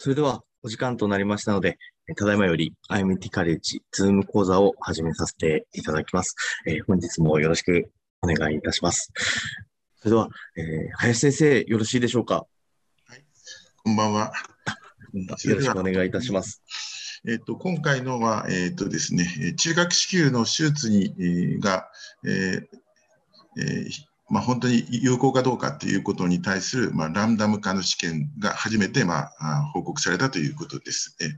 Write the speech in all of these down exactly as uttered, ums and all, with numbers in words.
それではお時間となりましたので、えーただいまより アイエムティー カレッジズーム講座を始めさせていただきます。えー本日もよろしくお願いいたします。それでは、えー林先生、よろしいでしょうか。 はい、こんばんは。それでは、 よろしくお願いいたします。 えっと、今回のは、えっとですね、えー中学子宮の手術に、えーが、えーえーまあ、本当に有効かどうかということに対する、まあ、ランダム化の試験が初めて、まあ、あ報告されたということです。えー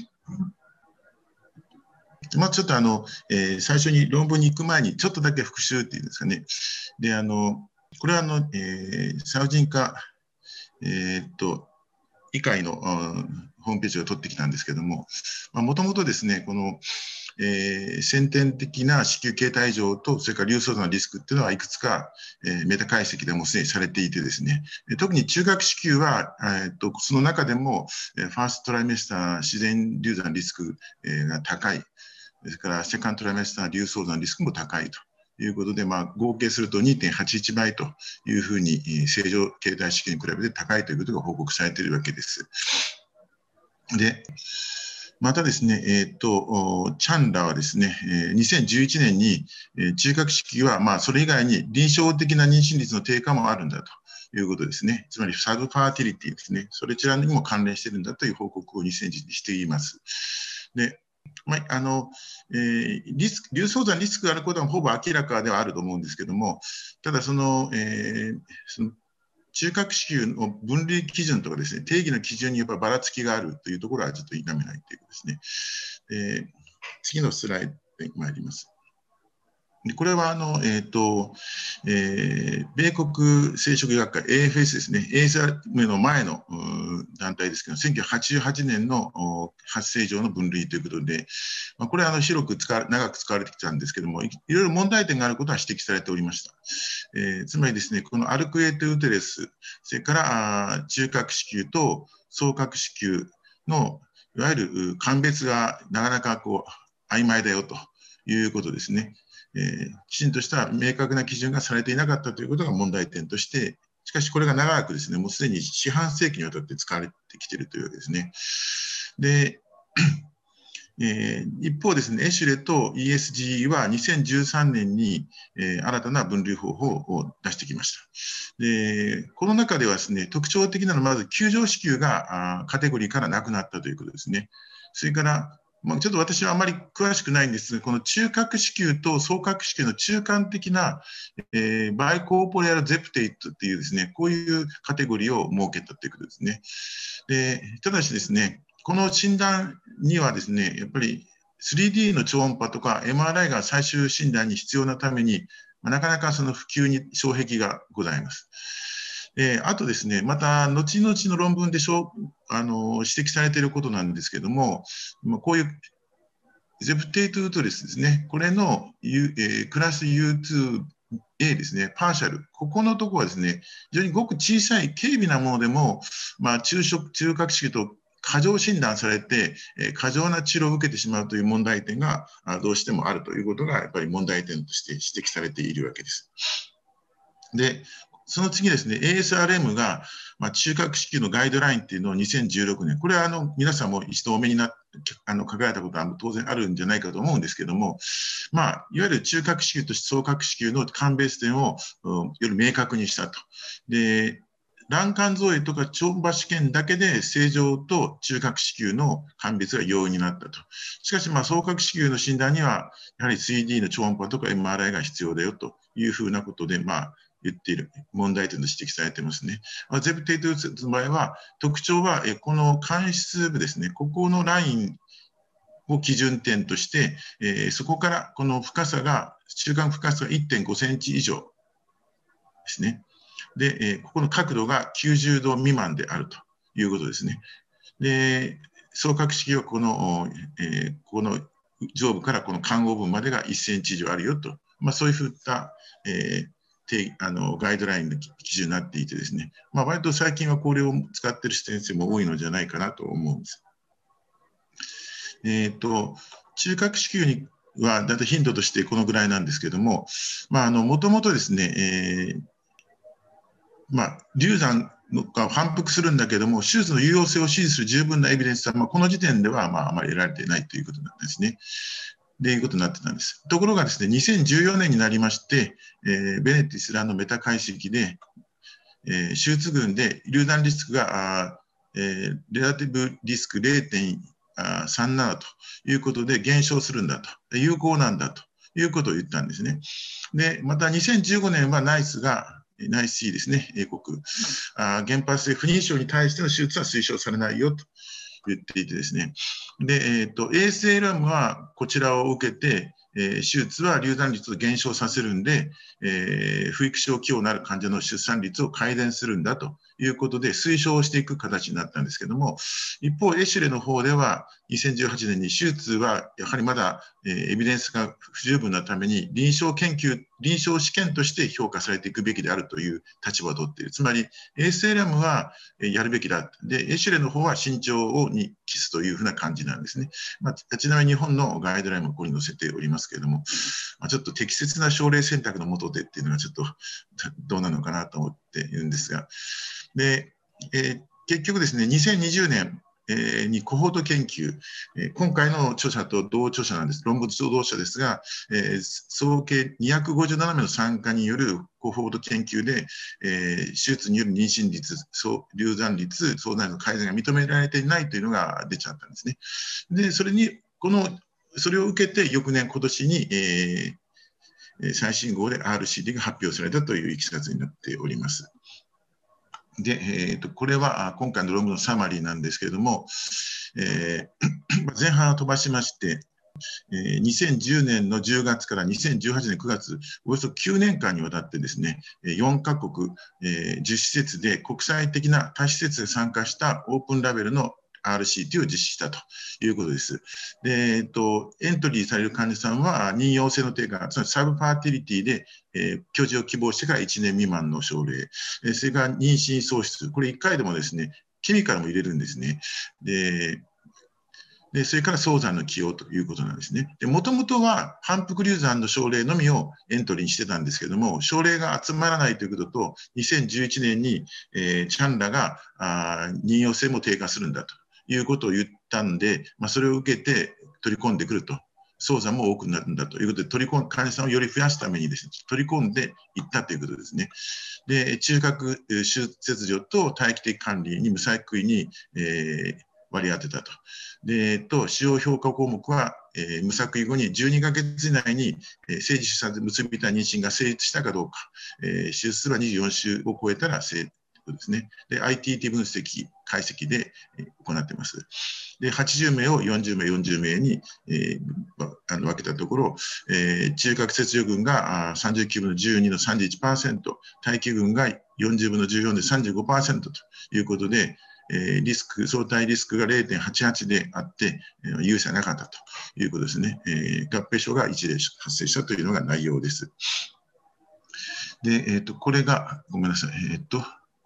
まあ、ちょっとあの、えー最初に論文に行く前にちょっとだけ復習っていうんですかね。で、あの、これはあの、えー産婦人科、えーっと、医会の、うんホームページを取ってきたんですけども、もともとですね、この、えー先天的な子宮形態異常と、それから流走のリスクっていうのはいくつか、えーメタ解析でもすでにされていてですね、特に中学子宮は、えー、とその中でも、ファーストトライメスター自然流産リスク、えーが高い、それからセカンドトライメスター流走産リスクも高いと。いうことで、まあ、合計すると にてんはちいち 倍というふうに正常形態子宮に比べて高いということが報告されているわけです。で、またですね、えっ、と、チャンラはですね、にせんじゅういちねんに、えー中核子宮は、まあ、それ以外に臨床的な妊娠率の低下もあるんだということですね。つまり、サブファーティリティですね。それちらにも関連しているんだという報告をにせんじゅうにしています。で、まあ、あの、えーリスク、流走産リスクがあることはほぼ明らかではあると思うんですけども、ただその、えーその中核子宮の分類基準とかですね、定義の基準にやっぱりばらつきがあるというところはちょっと否めないということですね。えー次のスライドに参ります。でこれはあの、えーとえー米国生殖医学会 エーエフエス ですね、エーエスアール の前の団体ですけど、せんきゅうひゃくはちじゅうはちねんの発生上の分類ということで、まあ、これはあの広く使長く使われてきたんですけども、いろいろ問題点があることは指摘されておりました。えーつまりですね、このアルクエートウテレス、それからあ中核子宮と総核子宮のいわゆる鑑別がなかなかこう曖昧だよということですね。えーきちんとした明確な基準がされていなかったということが問題点として、しかしこれが長くですね、もうすでに四半世紀にわたって使われてきているというわけですね。で、えー一方ですね、エシュレと イーエスジー はにせんじゅうさんねんに、えー新たな分類方法を出してきました。で、この中ではですね、特徴的なのはまず球状子宮があカテゴリーからなくなったということですね。それからまあ、ちょっと私はあまり詳しくないんですが、この中核子宮と総核子宮の中間的な、えーバイコーポレアルゼプテイトっていうですね、こういうカテゴリーを設けたということですね。で、ただしですね、この診断にはですね、やっぱり スリーディー の超音波とか エムアールアイ が最終診断に必要なために、まあなかなかその普及に障壁がございます。えーあとですね、また、後々の論文でしょあの指摘されていることなんですけども、まあこういうゼプテイトウトレスですね、これの、U えークラス ユーツーエー ですね、パーシャル、ここのところはですね、非常にごく小さい軽微なものでも、まあ、中食、中核子宮と過剰診断されて、えー過剰な治療を受けてしまうという問題点があどうしてもあるということが、やっぱり問題点として指摘されているわけです。で、その次ですね、エーエスアールエム が、まあ、中核子宮のガイドラインっていうのをにせんじゅうろくねん、これはあの皆さんも一度お目になって、あの書かれたことは当然あるんじゃないかと思うんですけども、まあ、いわゆる中核子宮と総核子宮の鑑別点を、うん、より明確にしたと。で、卵管造影とか超音波試験だけで正常と中核子宮の鑑別が容易になったと。しかし、まあ、総核子宮の診断には、やはり スリーディー の超音波とか エムアールアイ が必要だよというふうなことで、まあ、言っている問題点と指摘されていますね。ゼプテイトウツの場合は、特徴は、この間質部ですね、ここのラインを基準点として、えー、そこからこの深さが、中間深さが いってんごセンチ以上ですね。で、えー、ここの角度がきゅうじゅうど未満であるということですね。で、総核子宮はこの、えー、この上部からこの間合部までがいっセンチ以上あるよと、まあ、そういうふうな、えーあのガイドラインの基準になっていてですね、まあ、割と最近はこれを使っている先生も多いのじゃないかなと思うんです。えーと、中核子宮にはだいたい頻度としてこのぐらいなんですけれども、もともとですね、えーまあ、流産のが反復するんだけども、手術の有用性を支持する十分なエビデンスは、まあ、この時点ではまああまり得られていないということなんですね。でいうことになってたんです。ところがですね、にせんじゅうよねんになりまして、えー、ベネティスらのメタ解析で、えー、手術群で流産リスクが、あえー、レラティブリスク ゼロてんさんなな ということで減少するんだと、有効なんだということを言ったんですね。で、またにせんじゅうごねんはナイスが、ナイス C ですね、英国。あ原発性不妊症に対しての手術は推奨されないよと言っていてですね。で、えっと、エーエスエルエム はこちらを受けて、えー、手術は流産率を減少させるんで、えー、不育症寄与のある患者の出産率を改善するんだということで推奨していく形になったんですけども、一方、エシュレの方ではにせんじゅうはちねんに手術はやはりまだ、えー、エビデンスが不十分なために臨床研究、臨床試験として評価されていくべきであるという立場を取っている。つまり、エーエスエルエム はやるべきだ。で、エシュレの方は慎重に期すというふうな感じなんですね。まあ、ちなみに日本のガイドラインもここに載せておりますけれども、まあ、ちょっと適切な症例選択のもとでっていうのがちょっとどうなのかなと思っているんですが、で、えー、結局ですね、にせんにじゅうねんにコホート研究、今回の著者と同著者なんです、論文と同者ですが、えー、総計にひゃくごじゅうななめいの参加によるコホート研究で、えー、手術による妊娠率、流産率、相談率の改善が認められていないというのが出ちゃったんですね。で、それに、この、それを受けて翌年、今年に、えー、最新号で アールシーディー が発表されたといういきさつになっております。で、えー、とこれは今回の論文のサマリーなんですけれども、えー、前半を飛ばしまして、えー、にせんじゅうねんのじゅうがつからにせんじゅうはちねんくがつ、およそきゅうねんかんにわたってですね、よんかこく、えー、じゅっしせつで国際的な多施設で参加したオープンラベルの アールシーティー を実施したということです。で、えっと、エントリーされる患者さんは、妊用性の低下、つまりサブパーティリティで、えー、居住を希望してからいちねん未満の症例、えー、それから妊娠喪失、これいっかいでもですね、ケミカルも入れるんですね。で、でそれから早産の起用ということなんですね。もともとは反復流産の症例のみをエントリーにしてたんですけども、症例が集まらないということと、にせんじゅういちねんに、えー、チャンラがあ妊用性も低下するんだということを言ったんで、まあ、それを受けて取り込んでくると。早産も多くなるんだということで、取り込ん患者さんをより増やすためにですね、取り込んでいったということですね。で、中核手術切除と待機的管理に無細工に、えー、割り当てたと。で、えっと、使用評価項目は、えー、無作為後にじゅうにかげつ以内に、えー、生児出産で結びた妊娠が成立したかどうか、えー、手術数はにじゅうよんしゅうを超えたら成立ですね。で、アイティーティー 分析、解析で、えー、行っています。で、はちじゅうめいをよんじゅうめい、よんじゅうめいに、えー、あの分けたところ、えー、中核切除群がさんじゅうきゅうぶんのじゅうにの さんじゅういちパーセント、待機群がよんじゅうぶんのじゅうよんで さんじゅうごパーセント ということで、えー、リスク、相対リスクが ゼロてんはちはち であって、えー、有差なかったということですね。えー、合併症がいち例発生したというのが内容です。で、えっと、これが、ごめんなさい。えっと、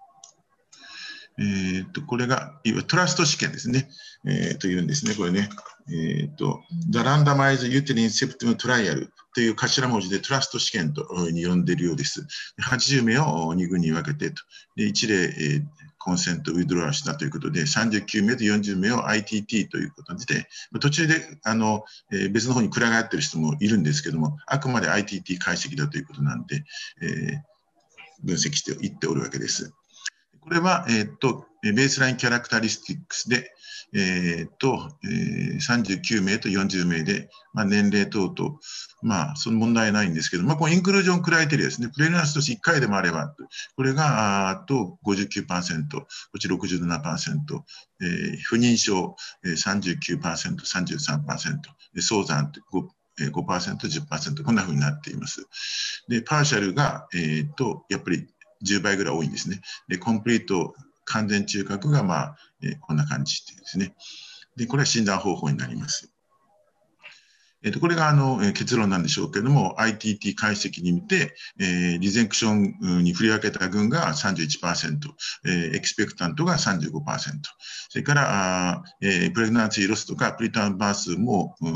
えっと、これが、いわゆるトラスト試験ですね。えー、というんですね、これね。えっと、The Randomized Uterine Septum Trial という頭文字でトラスト試験とに呼んでいるようです。はちじゅうめいをに群に分けてと。で、いち例、えー、コンセントウィドローしたということで、さんじゅうきゅうめいとよんじゅうめいを アイティーティー ということで、途中であの、えー、別の方にくらがっている人もいるんですけども、あくまで アイティーティー 解析だということなんで、えー、分析していっておるわけです。これは、えー、っと、ベースラインキャラクタリスティックスで、えー、っと、えー、さんじゅうきゅうめいとよんじゅうめいで、まあ、年齢等々、まあ、その問題ないんですけど、まあ、このインクルージョンクライテリアですね。プレグナンスとしていっかいでもあれば、これが、あと ごじゅうきゅうパーセント、こっち ろくじゅうななパーセント、えー、不妊症、えー、さんじゅうきゅうパーセント、さんじゅうさんパーセント、早産 ご, ごパーセント、じゅっパーセント、こんなふうになっています。で、パーシャルが、えー、っと、やっぱりじゅうばいぐらい多いんですね。で、コンプリート、完全中核が、まあ、えー、こんな感じですね。で、これは診断方法になります。えー、とこれがあの、えー、結論なんでしょうけれども、アイティーティー 解析に見て、えー、リゼンクションに振り分けた群が さんじゅういちパーセント、えー、エクスペクタントが さんじゅうごパーセント、それから、あーえー、プレグナンシーロスとかプリターンバースも、うん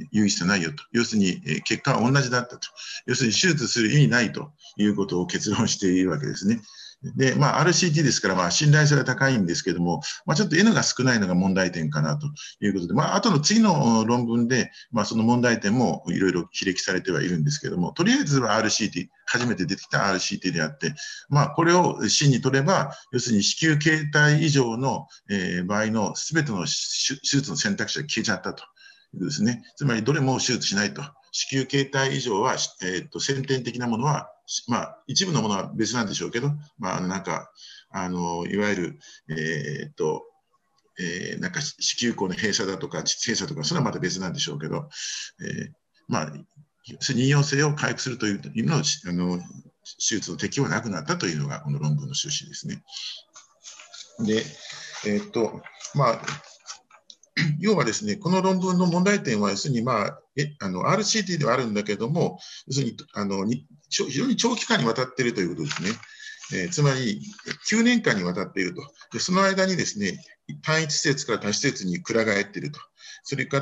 有意義さないよと。要するに、えー、結果は同じだったと。要するに手術する意味ないということを結論しているわけですね。で、まあ、アールシーティー ですから、まあ、信頼性が高いんですけども、まあ、ちょっと N が少ないのが問題点かなということで、まあ、後の次の論文で、まあ、その問題点もいろいろ記歴されてはいるんですけども、とりあえずは アールシーティー、初めて出てきた アールシーティー であって、まあ、これを真に取れば、要するに子宮形態以上の、えー、場合のすべての手術の選択肢が消えちゃったということですね。つまり、どれも手術しないと。子宮形態以上は、えー、と先天的なものは、まあ、一部のものは別なんでしょうけど、まあ、なんか、あの、いわゆる、えっと、えー、なんか子宮口の閉鎖だとか、閉鎖とか、それはまた別なんでしょうけど、えー、まあ、妊用性を回復するという意味の、あの、手術の適用はなくなったというのが、この論文の趣旨ですね。で、えっと、まあ、要はですね、この論文の問題点は、要するに、まあ、えあの アールシーティー ではあるんだけども、要するにあのに非常に長期間にわたっているということですね。えー、つまり、きゅうねんかんにわたっていると。で、その間にですね、単一施設から他施設にくら替えていると。それから、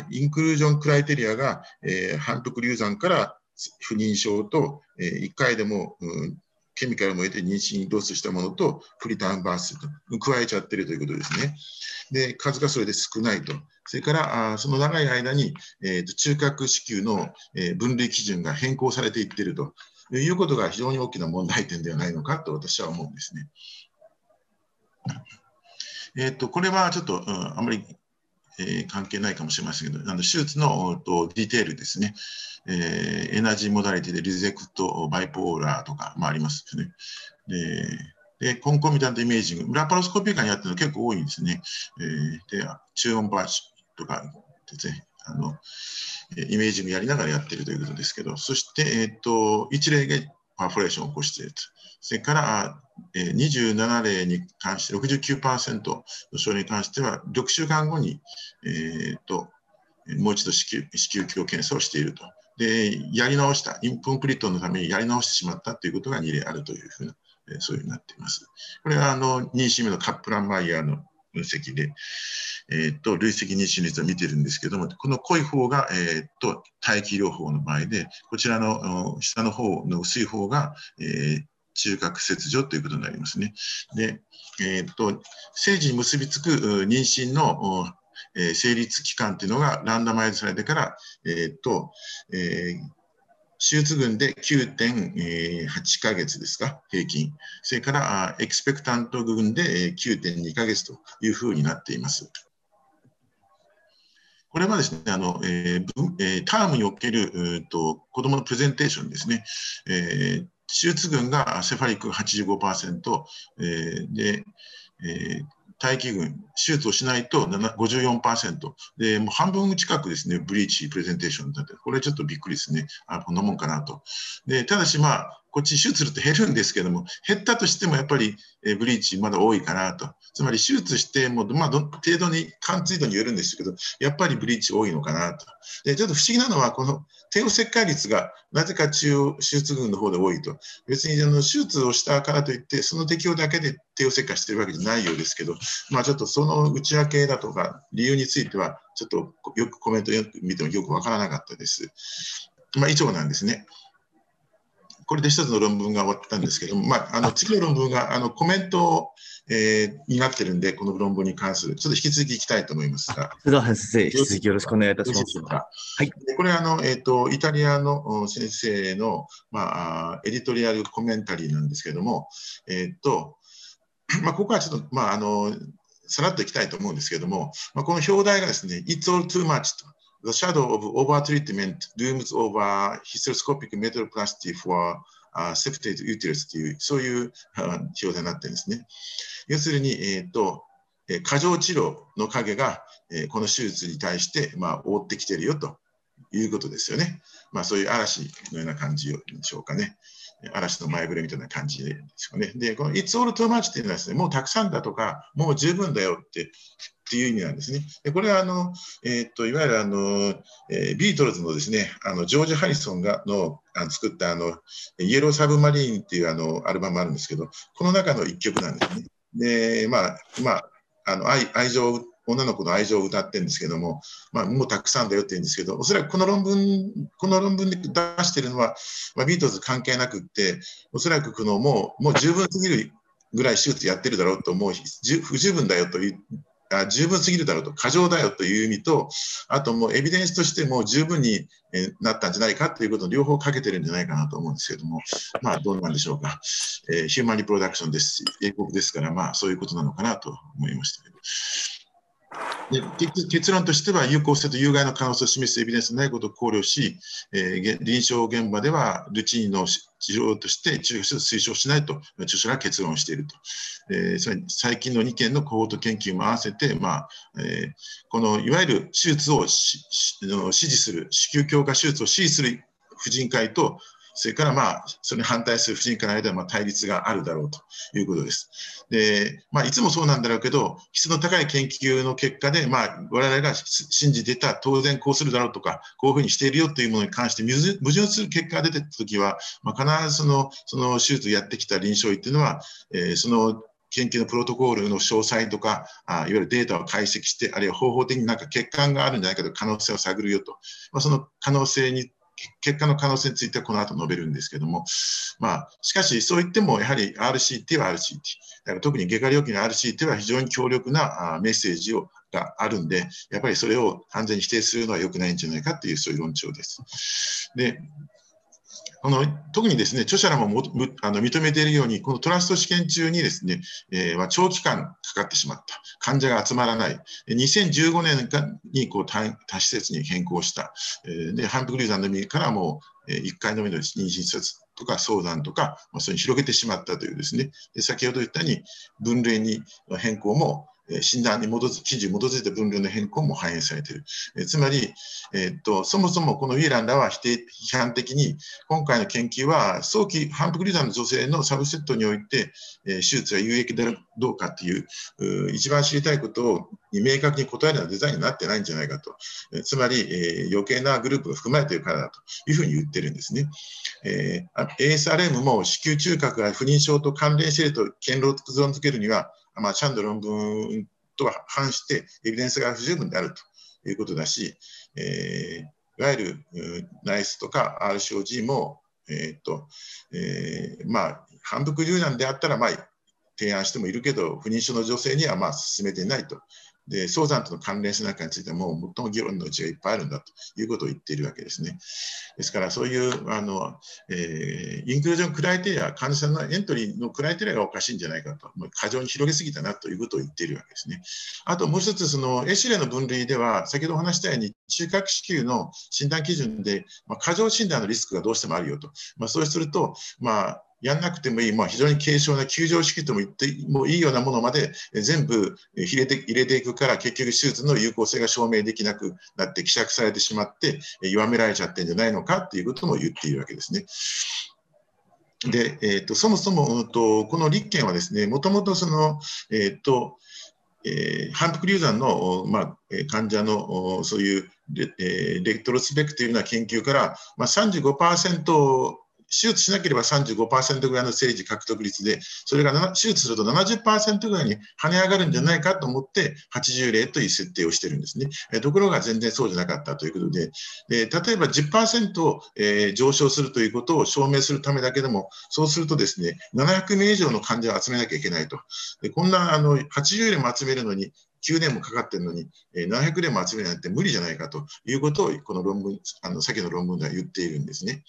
インクルージョンクライテリアが、えー、反復流産から不妊症と、えー、いっかいでも、うんケミカルも得て妊娠ロスしたものとプリターンバースと加えちゃってるということですね。で、数がそれで少ないと。それから、あその長い間に、えーと、中核子宮の、えー、分類基準が変更されていっているということが非常に大きな問題点ではないのかと私は思うんですね。えーと、これはちょっと、うん、あまり、えー、関係ないかもしれませんけど、あの手術のとディテールですね。えー、エナジーモダリティでリゼクト、バイポーラーとかもありますよね。で、でコンコミタントイメージング、ラパロスコピーカーにやってるの結構多いんですね。えー、で、中音バージとかですね、あの、イメージングやりながらやってるということですけど、そして、えっと、いち例がパーフォレーションを起こしていると。それから、にじゅうなな例に関して、ろくじゅうきゅうパーセント の症例に関しては、ろくしゅうかんごに、えっと、もう一度子宮、子宮鏡検査をしていると。で、やり直した、インコンプリートのためにやり直してしまったということがに例あるというふうな、そういうふうになっています。これは、あの、妊娠目のカップランマイヤーの分析で、えー、と累積妊娠率を見てるんですけども、この濃い方が、えー、と待機療法の場合で、こちらの下の方の薄い方が、えー、中核切除ということになりますね。で、えー、と生児に結びつく妊娠のえー、成立期間というのがランダマイズされてから、えーとえー、手術群で きゅうてんはちかげつですか、平均。それからエクスペクタント群で きゅうてんにかげつというふうになっています。これはですね、あのえー、タームにおけると子どものプレゼンテーションですね。えー、手術群がセファリックが はちじゅうごパーセント、えー、で、えー待機群、手術をしないと ごじゅうよんパーセント。で、もう半分近くですね、ブリーチプレゼンテーションだって、これちょっとびっくりですね。あ、こんなもんかなと。で、ただしまあ、こっち手術すると減るんですけども、減ったとしてもやっぱり、えブリーチまだ多いかなと。つまり手術しても、まあ、ど程度に、貫通度によるんですけど、やっぱりブリーチ多いのかなと。で、ちょっと不思議なのは、この帝王切開率がなぜか中央手術群の方で多いと。別にあの手術をしたからといって、その適用だけで帝王切開してるわけじゃないようですけど、まあ、ちょっとその内訳だとか理由については、ちょっとよくコメントを見てもよくわからなかったです。まあ、以上なんですね。これで一つの論文が終わったんですけども、まあ、あの次の論文があのコメント、えー、になってるんで、この論文に関する、ちょっと引き続きいきたいと思いますが。 それでは先生、引き続きよろしくお願いいたします。 はい、これはあの、えーと、イタリアの先生の、まあ、エディトリアルコメンタリーなんですけども、えーとまあ、ここはちょっと、まあ、あのさらっといきたいと思うんですけども、まあ、この表題がですね、It's all too much と。The shadow of over-treatment looms over hysteroscopic metaloplasty for uh, septate uterus という、そういう、uh, 表題になってるんですね。要するに、えーと、過剰治療の影が、えー、この手術に対して、まあ、覆ってきているよということですよね。まあ、そういう嵐のような感じでしょうかね。嵐の前触れみたいな感じですよね。で、この It's all too much っていうのはですね、もうたくさんだとか、もう十分だよって、っていう意味なんですね。でこれはあの、えー、っといわゆるあの、えー、ビートルズのですね、あのジョージ・ハリソンがのあの作ったあのイエロー・サブマリーンっていうあのアルバムあるんですけど、この中の一曲なんですね。で、まあ、まあ、あの 愛, 愛情を女の子の愛情を歌ってるんですけども、まあ、もうたくさんだよって言うんですけど、おそらくこの論文、この論文で出しているのは、まあ、ビートルズ関係なくって、おそらくこのもうもう十分すぎるぐらい手術やってるだろうと、もう不十分だよという、あ十分すぎるだろうと、過剰だよという意味と、あともうエビデンスとしても十分になったんじゃないかということを両方かけてるんじゃないかなと思うんですけども、まあどうなんでしょうか。えー、ヒューマンリプロダクションですし、英国ですから、まあそういうことなのかなと思いましたけど。で結論としては、有効性と有害の可能性を示すエビデンスのないことを考慮し、えー、臨床現場ではルチンの治療として治療を推奨しないと著者が結論していると。えー、それに最近のにけんのコホート研究も合わせて、まあえー、このいわゆる手術を支持する、子宮強化手術を支持する婦人会と、それからまあそれに反対する婦人科の間では対立があるだろうということです。で、まあ、いつもそうなんだろうけど、質の高い研究の結果で、まあ、我々が信じていた当然こうするだろうとか、こういうふうにしているよというものに関して矛盾する結果が出てきたときは、まあ、必ずそのその手術をやってきた臨床医というのは、えー、その研究のプロトコールの詳細とか、あいわゆるデータを解析して、あるいは方法的になんか欠陥があるんじゃないかという可能性を探るよと、まあ、その可能性に結果の可能性についてはこの後述べるんですけども、まあ、しかしそう言ってもやはり アールシーティー は アールシーティー、だから特に外科領域の アールシーティー は非常に強力なメッセージをがあるんで、やっぱりそれを完全に否定するのは良くないんじゃないかというそういう論調です。でこの特にですね、著者らももあの認めているように、このトラスト試験中にですね、えーまあ、長期間かかってしまった。患者が集まらない。にせんじゅうごねんにこう多多施設に変更した。えー、で、反復流産のみからもう、えー、いっかいのみの妊娠施設とか相談とか、まあ、それに広げてしまったというですね、で先ほど言ったように、分類に変更も、診断に基づ記事に基づいた分類の変更も反映されている。えつまり、えー、っと、そもそもこのウィーランらは否定批判的に、今回の研究は早期反復流産の女性のサブセットにおいて、えー、手術が有益であるどうかという、う一番知りたいことをに明確に答えるようなデザインになってないんじゃないかと。えー、つまり、えー、余計なグループが含まれているからだというふうに言ってるんですね。えー、エーエスアールエム も子宮中隔が不妊症と関連していると堅牢づけるには、まあ、ちゃんと論文とは反してエビデンスが不十分であるということだし、えー、いわゆるナイスとか アールシーオージー も、えーっとえーまあ、反復流産であったら、まあ、提案してもいるけど、不妊症の女性にはまあ進めていないと。で早産との関連性なんかについてはもう最も議論のうちがいっぱいあるんだということを言っているわけですね。ですからそういうあの、えー、インクルージョンクライテリア、患者さんのエントリーのクライテリアがおかしいんじゃないかと、もう過剰に広げすぎたなということを言っているわけですね。あともう一つ、そのエシレの分類では、先ほどお話したように、中核子宮の診断基準で、まあ、過剰診断のリスクがどうしてもあるよと、まあ、そうすると、まあやんなくてもいい、まあ、非常に軽症な球状式とも言ってもいいようなものまで全部入れて入れていくから、結局手術の有効性が証明できなくなって希釈されてしまって弱められちゃってるんじゃないのかということも言っているわけですね。で、えー、とそもそも、うん、とこの立憲はですね、もともとその、えーとえー、反復流産の、まあ、患者のそういうレ、えー、レトロスペクティブな研究から、まあ、さんじゅうごパーセント手術しなければ さんじゅうごパーセント ぐらいの政治獲得率で、それが手術すると ななじゅっパーセント ぐらいに跳ね上がるんじゃないかと思って、はちじゅうれいという設定をしてるんですね。えところが全然そうじゃなかったということで、で例えば じゅっパーセント、えー、上昇するということを証明するためだけでも、そうするとですね、ななひゃくめい以上の患者を集めなきゃいけないと。でこんなあのはちじゅうれいも集めるのに、きゅうねんもかかってるのに、ななひゃくれいも集めるなんて無理じゃないかということを、この論文、あの先の論文では言っているんですね。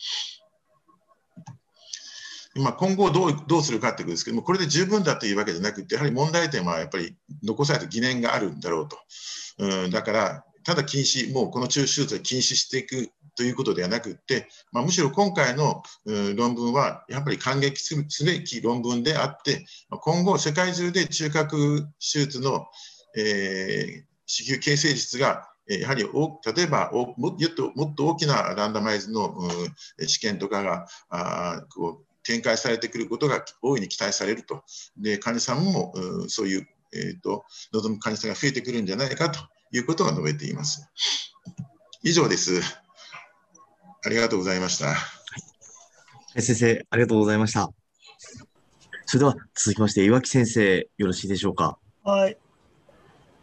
まあ、今後どう、どうするかということですけども、これで十分だというわけじゃなくて、やはり問題点はやっぱり残された疑念があるんだろうと。うん、だから、ただ禁止、もうこの手術を禁止していくということではなくて、まあ、むしろ今回の、うん、論文はやっぱり感激すべき論文であって、今後、世界中で中核手術の、えー、子宮形成率がやはり例えばもっと、もっと大きなランダマイズの、うん、試験とかがあこう展開されてくることが大いに期待されると。で、患者さんも、うん、そういう、えーと、望む患者さんが増えてくるんじゃないかということが述べています。以上です。ありがとうございました。はい、 先生、ありがとうございました。それでは続きまして、岩木先生、よろしいでしょうか。 はい。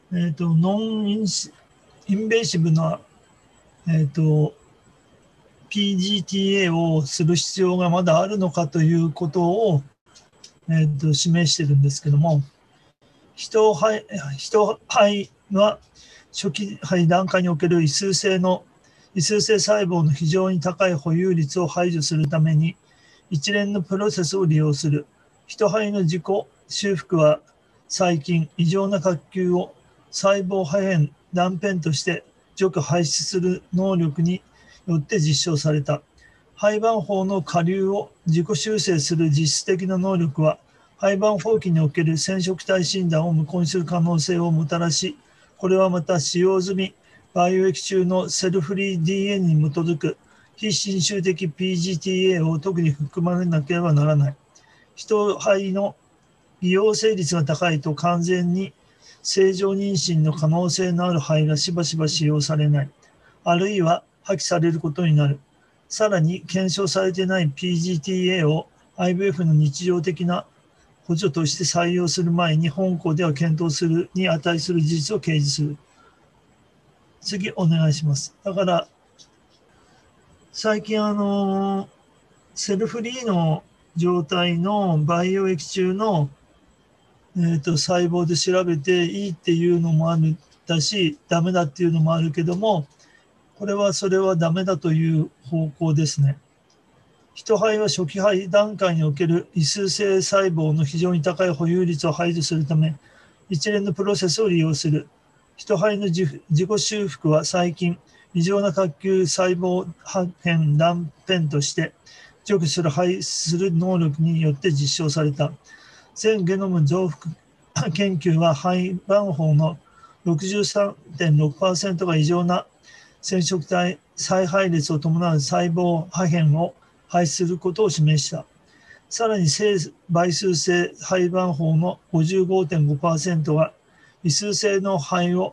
えーと、ノンインシインベーシブな、えーと、ピージーティーエー をする必要がまだあるのかということを、えーと、示しているんですけども、人肺人肺は初期肺段階における異数性の異数性細胞の非常に高い保有率を排除するために一連のプロセスを利用する。人肺の自己修復は最近異常な核球を細胞破片断片として除去排出する能力によって実証された。肺盤法の下流を自己修正する実質的な能力は肺盤法器における染色体診断を無効にする可能性をもたらし、これはまた使用済みバイオ液中のセルフリー ディーエヌエー に基づく非侵襲的 ピージーティーエー を特に含まれなければならない。人肺の偽陽性率が高いと完全に正常妊娠の可能性のある肺がしばしば使用されない、あるいは破棄されることになる。さらに検証されていない ピージーティーエー を アイブイエフ の日常的な補助として採用する前に本校では検討するに値する事実を掲示する。次お願いします。だから最近あのセルフリーの状態の培養液中の、えー、と細胞で調べていいっていうのもあるだしダメだっていうのもあるけども、これはそれはダメだという方向ですね。人肺は初期肺段階における異数性細胞の非常に高い保有率を排除するため一連のプロセスを利用する。人肺の自己修復は最近異常な核球細胞破片断片として除去する排出する能力によって実証された。全ゲノム増幅研究は肺盤法の ろくじゅうさんてんろくパーセント が異常な染色体再配列を伴う細胞破片を排出することを示した。さらに性倍数性肺盤法の ごじゅうごてんごパーセント が異数性の肺を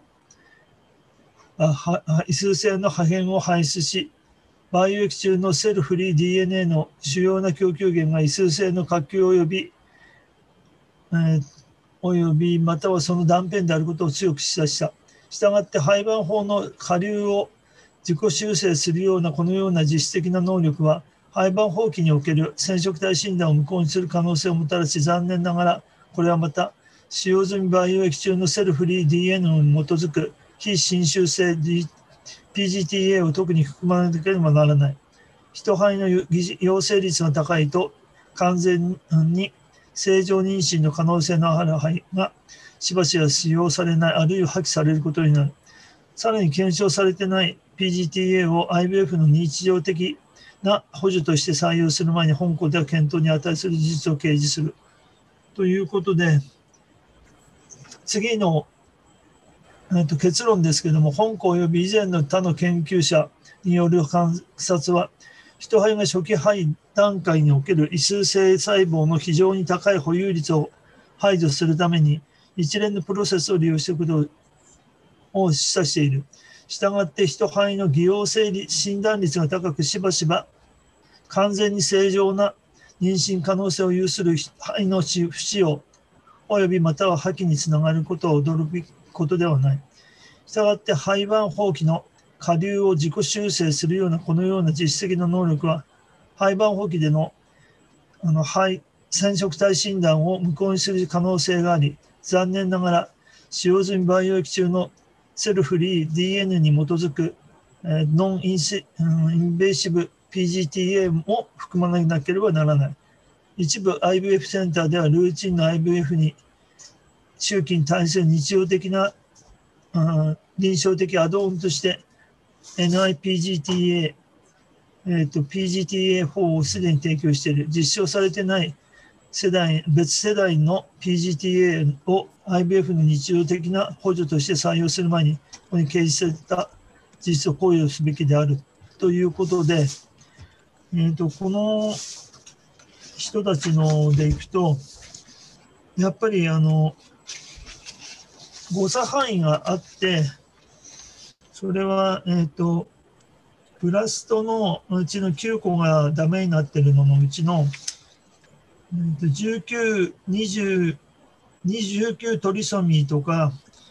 あ異数性の破片を排出し、培養液中のセルフリー ディーエヌエー の主要な供給源が異数性の核球及び、えー、及びまたはその断片であることを強く示唆した。したがって肺盤法の下流を自己修正するようなこのような実質的な能力は肺盤法器における染色体診断を無効にする可能性をもたらし、残念ながらこれはまた使用済み培養液中のセルフリー ディーエヌエー に基づく非侵襲性 ピージーティーエー を特に含まなければならない。人肺の陽性率が高いと完全に正常妊娠の可能性のある肺がしばしば使用されない、あるいは破棄されることになる。さらに検証されていない ピージーティーエー を アイブイエフ の日常的な補助として採用する前に本校では検討に値する事実を掲示する。ということで、次の、えっと、結論ですけれども、本校及び以前の他の研究者による観察は、人肺が初期肺段階における異数性細胞の非常に高い保有率を排除するために、一連のプロセスを利用していくことを示唆している。したがって人肺の偽陽性診断率が高く、しばしば完全に正常な妊娠可能性を有する肺の不使用、およびまたは破棄につながることを驚くことではない。したがって肺盤法器の下流を自己修正するようなこのような実質的な能力は、肺盤法器での、あの肺染色体診断を無効にする可能性があり、残念ながら使用済み培養液中のセルフリー ディーエヌエー に基づく、えー、ノンインシ、うん、インベーシブ ピージーティーエー も含まなければならない。一部 アイブイエフ センターではルーチンの アイブイエフ に周期に対する日常的な、うん、臨床的アドオンとして エヌアイピージーティーエー、えーと、ピージーティーエーフォー をすでに提供している。実証されていない世代、別世代の ピージーティーエー を アイブイエフ の日常的な補助として採用する前に、ここに掲示された事実を考慮すべきであるということで、えーと、この人たちのでいくと、やっぱりあの誤差範囲があって、それは、えーと、ブラストのうちのきゅうこがダメになっているののうちの、えーと、じゅうきゅう、にじゅう、にじゅうきゅうトリソミーとか、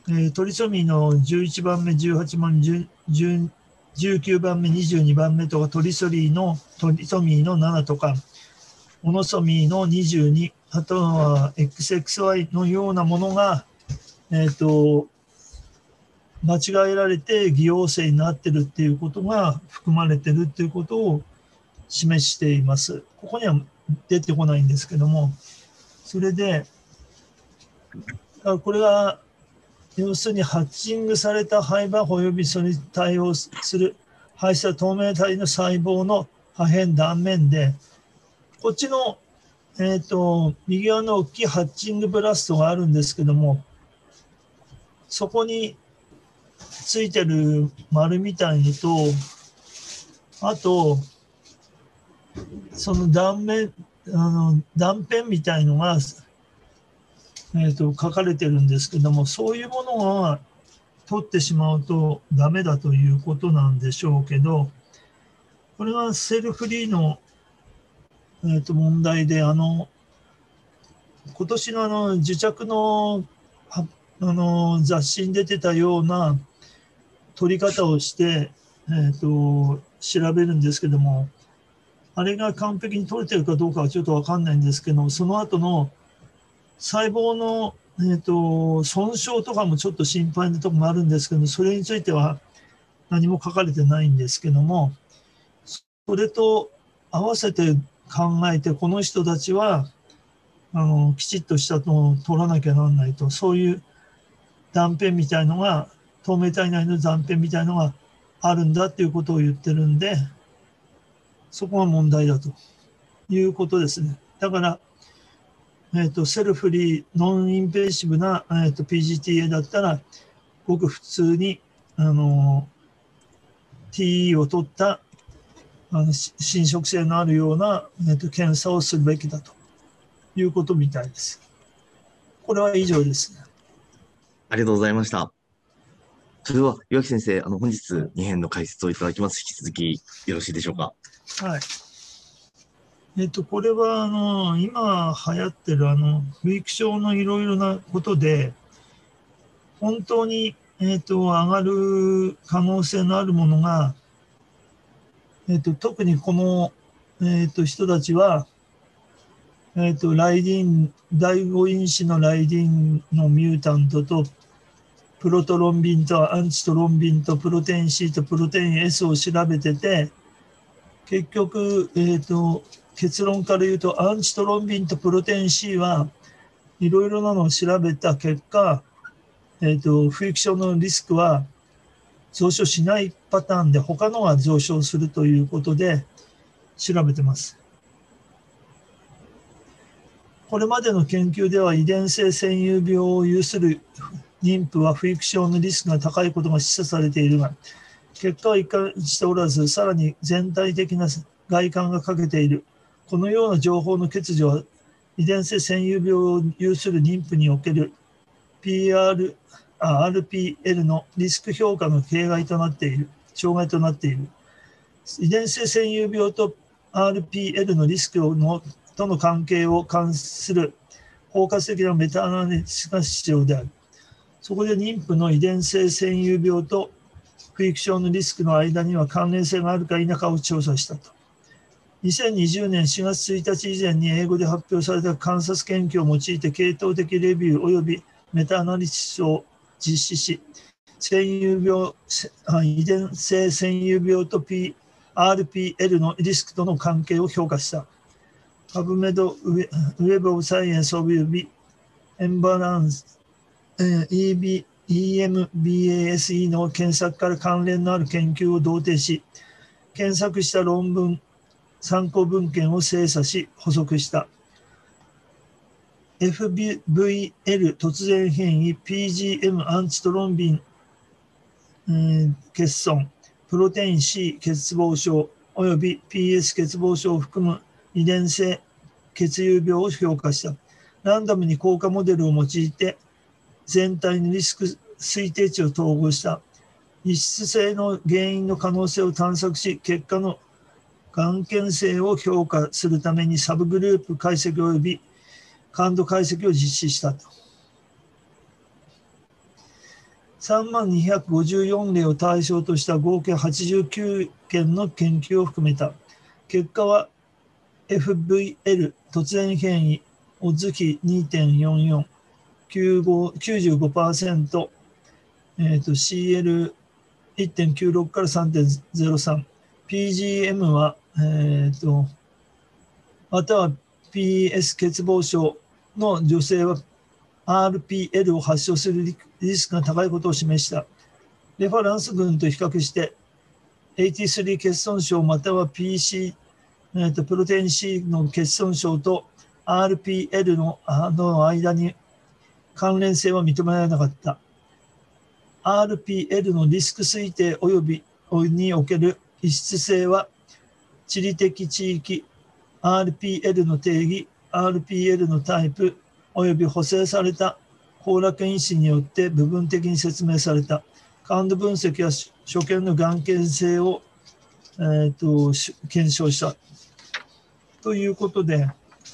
えートリソミーのじゅういちばんめ、じゅうはちばんめ、じゅうきゅうばんめ、にじゅうにばんめとか、トリソリーのトリソミーのななとか、モノソミーのにじゅうに、あとは エックスエックスワイ のようなものが、えーと、間違えられて偽陽性になってるっていうことが含まれてるっていうことを示しています。ここには出てこないんですけども、それで、これが要するにハッチングされた胚盤及びそれに対応する排出透明体の細胞の破片断面で、こっちの、えーと、右側の大きいハッチングブラストがあるんですけども、そこについてる丸みたいのと、あと、その断面、あの断片みたいのが、えーと、書かれてるんですけども、そういうものは取ってしまうとダメだということなんでしょうけど、これはセルフリーの、えーと問題で、あの今年のあの受着の、あの雑誌に出てたような取り方をして、えーと調べるんですけども、あれが完璧に取れてるかどうかはちょっと分かんないんですけど、その後の細胞の、えーと損傷とかもちょっと心配なところもあるんですけど、それについては何も書かれてないんですけども、それと合わせて考えて、この人たちはあのきちっとしたのを取らなきゃならないと、そういう断片みたいのが、透明体内の断片みたいのがあるんだっていうことを言ってるんで、そこが問題だということですね。だから、えーと、セルフリー、ノンインベーシブな、えーと、ピージーティーエー だったら、ごく普通に、あの ティーイー を取ったあの侵食性のあるような、えーと、検査をするべきだということみたいです。これは以上です。 ありがとうございました。それでは、岩木先生、あの、本日に編の解説をいただきます。引き続きよろしいでしょうか。 はい。えっと、これは、あの、今流行ってる、あの、不育症のいろいろなことで、本当に、えっと、上がる可能性のあるものが、えっと、特にこの、えっと、人たちは、えっと、ライディン、だいご因子のライディンのミュータントと、プロトロンビンとアンチトロンビンとプロテイン C とプロテイン S を調べてて、結局、えっと、結論から言うと、アンチトロンビンとプロテイン C はいろいろなのを調べた結果、えーと、不育症のリスクは上昇しないパターンで、他のが上昇するということで調べてます。これまでの研究では遺伝性占有病を有する妊婦は不育症のリスクが高いことが示唆されているが、結果は一貫しておらず、さらに全体的な外観が欠けている。このような情報の欠如は、遺伝性占有病を有する妊婦における ピーアール、アールピーエル のリスク評価の弊害となっている、障害となっている。遺伝性占有病と アールピーエル のリスクのとの関係を関する包括的なメタアナリシスが必要である。そこで妊婦の遺伝性占有病と不育症のリスクの間には関連性があるか否かを調査したと。にせんにじゅうねんしがつついたち以前に英語で発表された観察研究を用いて系統的レビュー及びメタアナリシスを実施し、占有病、遺伝性占有病と アールピーエル のリスクとの関係を評価した。パブメドウェブオブサイエンス及びエンバランス、イービー、イーエムビーエーエスイー の検索から関連のある研究を同定し、検索した論文、参考文献を精査し補足した。エフブイエル 突然変異、ピージーエム アンチトロンビン、えー、欠損、プロテイン C 欠乏症、および ピーエス 欠乏症を含む遺伝性血友病を評価した。ランダムに効果モデルを用いて全体のリスク推定値を統合した。異質性の原因の可能性を探索し、結果の眼検性を評価するためにサブグループ解析及び感度解析を実施したと。 さんまんにひゃくごじゅうよんれいを対象とした合計はちじゅうきゅうけんの研究を含めた。結果は エフブイエル 突然変異、オズ比 にてんよんよん、きゅうじゅうごパーセント、えーと、シーエルいってんきゅうろく から さんてんゼロさん、ピージーエム は、えーと、または ピーエス 欠乏症の女性は アールピーエル を発症するリスクが高いことを示した。レファランス群と比較して、エイティースリー 欠損症または ピーシー、えーと、プロテイン C の欠損症と アールピーエル の, あの間に関連性は認められなかった。アールピーエル のリスク推定及びにおける異質性は、地理的地域、アールピーエル の定義、アールピーエル のタイプ、及び補正された後楽園医師によって部分的に説明された。感度分析や所見の眼見性を、えー、と検証した。ということで、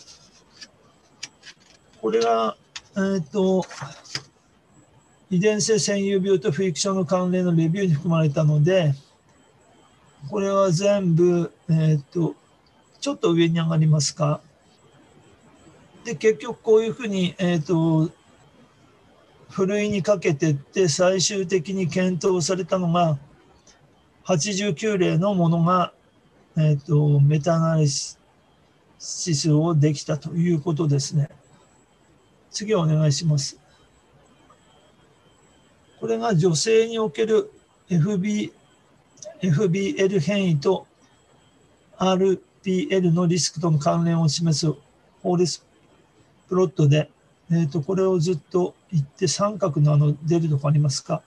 これが、えー、と遺伝性占有病と不育症の関連のレビューに含まれたので、これは全部、えー、とちょっと上に上がりますか。で、結局こういうふうに、えー、とふるいにかけていって最終的に検討されたのがはちじゅうきゅうれいのものが、えー、とメタアナリシスをできたということですね。次お願いします。これが女性における エフビー、エフビーエル 変異と アールピーエル のリスクとの関連を示すホーレスプロットで、えー、とこれをずっと言って三角のあの出るとこありますか。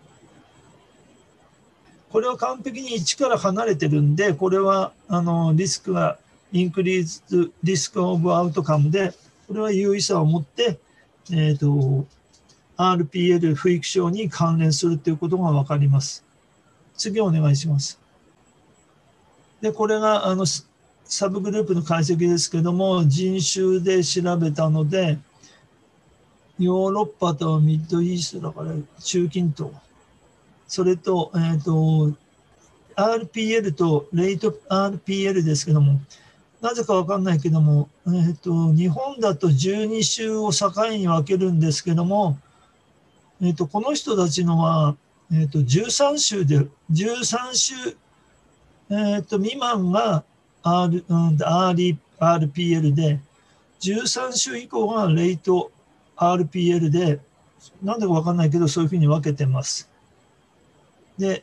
これは完璧にいちから離れてるんで、これはあのリスクがインクリーズリスクオブアウトカムで、これは有意差を持って、えー、と アールピーエル 不育症に関連するということが分かります。次お願いします。で、これがあのサブグループの解析ですけども、人種で調べたので、ヨーロッパとミッドイーストだから中近東、それと、えーと、アールピーエル とレイト アールピーエル ですけども、なぜかわかんないけども、えーと、日本だとじゅうに週を境に分けるんですけども、えーと、この人たちのは、えーと、じゅうさん週で、じゅうさん週、えーと、未満が R、うん、アールピーエル で、じゅうさん週以降がレイト アールピーエル で、なんでかわかんないけど、そういうふうに分けてます。で、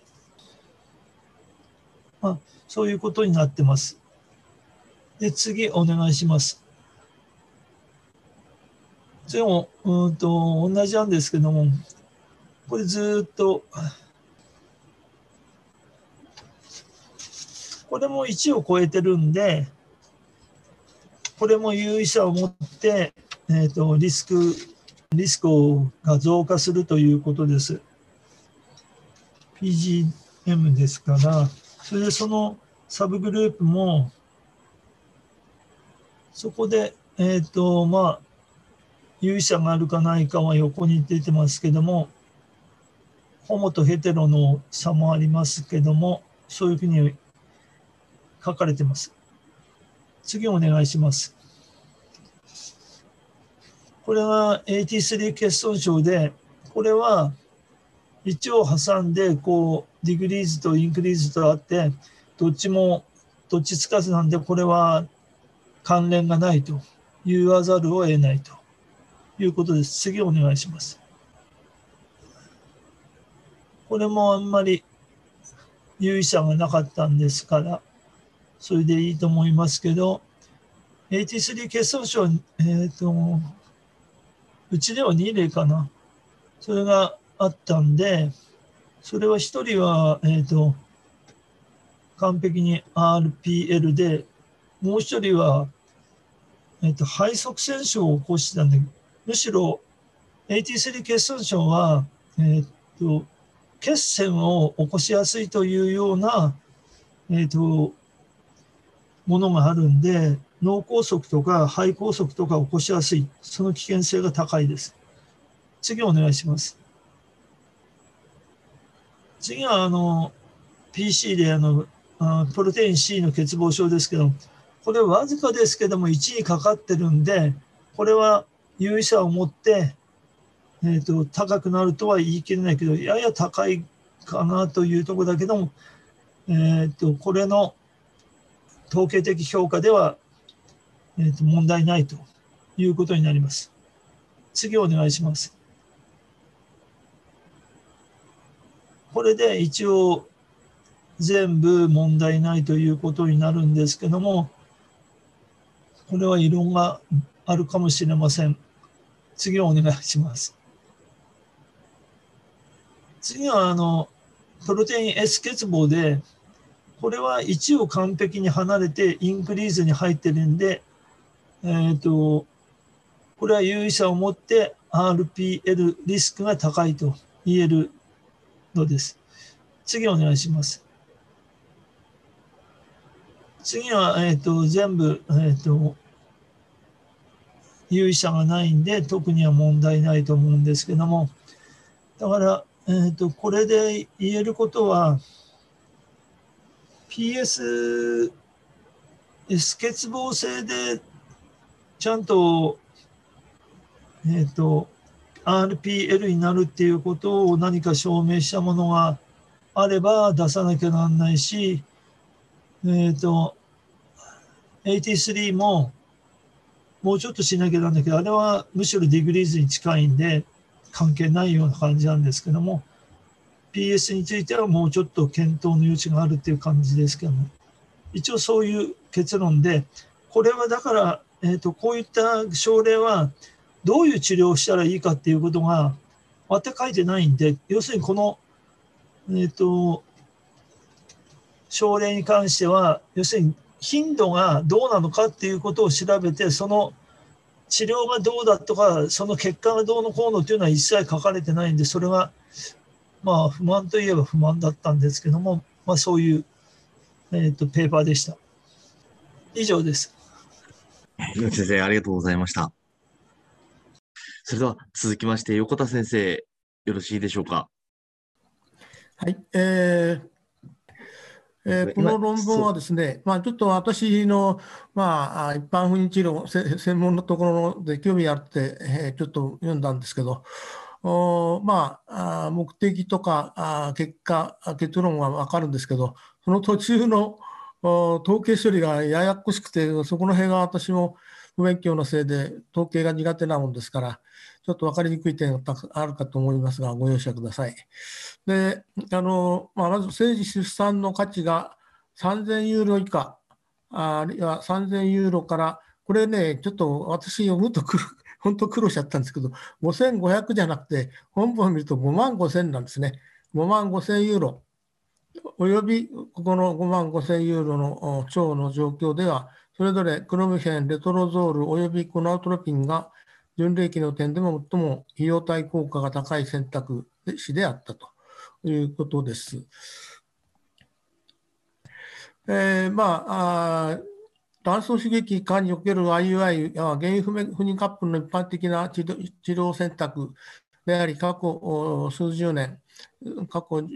まあ、そういうことになってます。で、次お願いします。次も、うんと、同じなんですけども、これずっと、これもいちを超えてるんで、これも有意差を持って、えーと、リスク、リスクが増加するということです。ピージーエム ですから、それでそのサブグループも、そこで、えっと、まあ、有意差があるかないかは横に出てますけども、ホモとヘテロの差もありますけども、そういうふうに書かれてます。次お願いします。これは エイティースリー 欠損症で、これはいちを挟んで、こう、ディグリーズとインクリーズとあって、どっちも、どっちつかずなんで、これは関連がないと言わざるを得ないということです。次お願いします。これもあんまり有意差がなかったんですから、それでいいと思いますけど、エイティースリー 欠損症、えっと、うちではに例かな。それがあったんで、それはひとりは、えっと、完璧に アールピーエル で、もう一人は、えっと、肺塞栓症を起こしてたんで、むしろ エイティースリー 欠損症は、えっと、血栓を起こしやすいというような、えっと、ものがあるんで、脳梗塞とか肺梗塞とか起こしやすい、その危険性が高いです。次お願いします。 次はあの ピーシー であのあプロテイン C の欠乏症ですけど、これわずかですけどもいちにかかってるんで、これは有意差を持って、えーと、高くなるとは言い切れないけど、やや高いかなというところだけども、えーと、これの統計的評価では、えーと、問題ないということになります。次お願いします。これで一応全部問題ないということになるんですけども、これは異論があるかもしれません。次をお願いします。次はあのプロテイン S 欠乏で、これはいちを完璧に離れてインクリーズに入ってるんで、えーと、これは有意差を持って アールピーエル リスクが高いと言えるのです。次お願いします。次は、えーと、全部、えーと、有意差がないんで特には問題ないと思うんですけども、だから、えーと、これで言えることは ピーエス 欠乏性でちゃんと、えーと、アールピーエル になるっていうことを何か証明したものがあれば出さなきゃなんないし、えーと、はちじゅうさんももうちょっとしなきゃなんだけど、あれはむしろディグリーズに近いんで関係ないような感じなんですけども、ピーエス についてはもうちょっと検討の余地があるっていう感じですけども、一応そういう結論で、これはだから、えーと、こういった症例はどういう治療をしたらいいかっていうことがまた書いてないんで、要するにこの、えーと、症例に関しては、要するに頻度がどうなのかっていうことを調べて、その治療がどうだとか、その結果がどうのこうのっていうのは一切書かれてないんで、それはまあ不満といえば不満だったんですけども、まあ、そういう、えーと、ペーパーでした。以上です。 猪木先生、ありがとうございました。それでは続きまして、横田先生、よろしいでしょうか。 はい、えーえー、この論文はですね、まあ、ちょっと私の、まあ、一般不妊治療専門のところで興味あって、えー、ちょっと読んだんですけど、おまあ、目的とかあ結果、結論は分かるんですけど、その途中の統計処理がややこしくて、そこの辺が私も不勉強のせいで統計が苦手なもんですから、ちょっと分かりにくい点があるかと思いますが、ご容赦ください。であのまあ、まず生児出産の価値がさんぜんユーロ以下、あるいはさんぜんユーロから、これね、ちょっと私読むとくる本当苦労しちゃったんですけど、ごせんごひゃくじゃなくて、本文を見るとごまんごせんなんですね。ごまんごせんユーロ、およびここのごまんごせんユーロの腸の状況では、それぞれクロミフェン、レトロゾールおよびコナウトロピンが準齢期の点でも最も費用対効果が高い選択肢であったということです。えー、まあ、あ卵巣刺激下における アイユーアイ は原因不明不妊カップルの一般的な治療選択であり、過去数十年、過去 アイ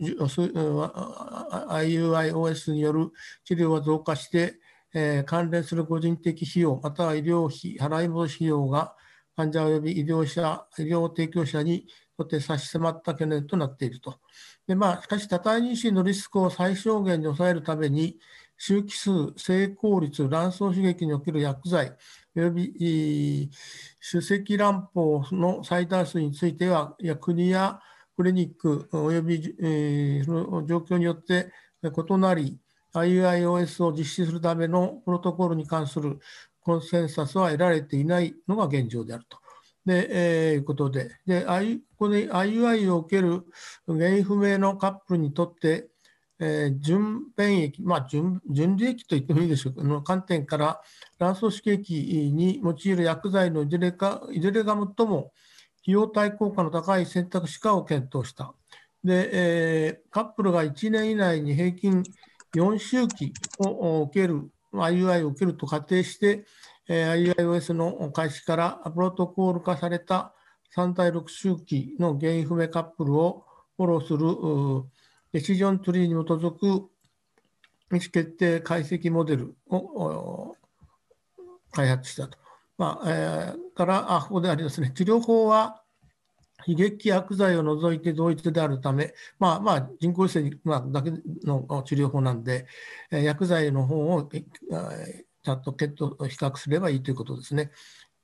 ユーアイオーエス による治療は増加して、えー、関連する個人的費用、または医療費、払い戻し費用が患者及び医療者、医療提供者にとって差し迫った懸念となっていると。でまあ、しかし、多体妊娠のリスクを最小限に抑えるために、周期数、成功率、卵巣刺激における薬剤、および主石卵胞の最大数については、国やクリニックおよび、えー、その状況によって異なり、アイユーアイオーエス を実施するためのプロトコルに関するコンセンサスは得られていないのが現状であると。で、えー、いうことで、でこの アイユーアイ を受ける原因不明のカップルにとって、えー、準便益、まあ準、準利益と言ってもいいでしょうか、の観点から、卵巣刺激に用いる薬剤のいずれかいずれが最も費用対効果の高い選択肢かを検討した。で、えー、カップルがいちねん以内に平均よん周期を受ける、アイユーアイ を受けると仮定して、アイユーアイオーエス の開始からプロトコール化されたさんたいろく周期の原因不明カップルをフォローするデシジョンツリーに基づく意思決定解析モデルを開発したと。まあえー、から、あ、ここでありますね、治療法は悲劇薬剤を除いて同一であるため、まあまあ、人工授精だけの治療法なんで、薬剤の方をちゃんと血と比較すればいいということですね。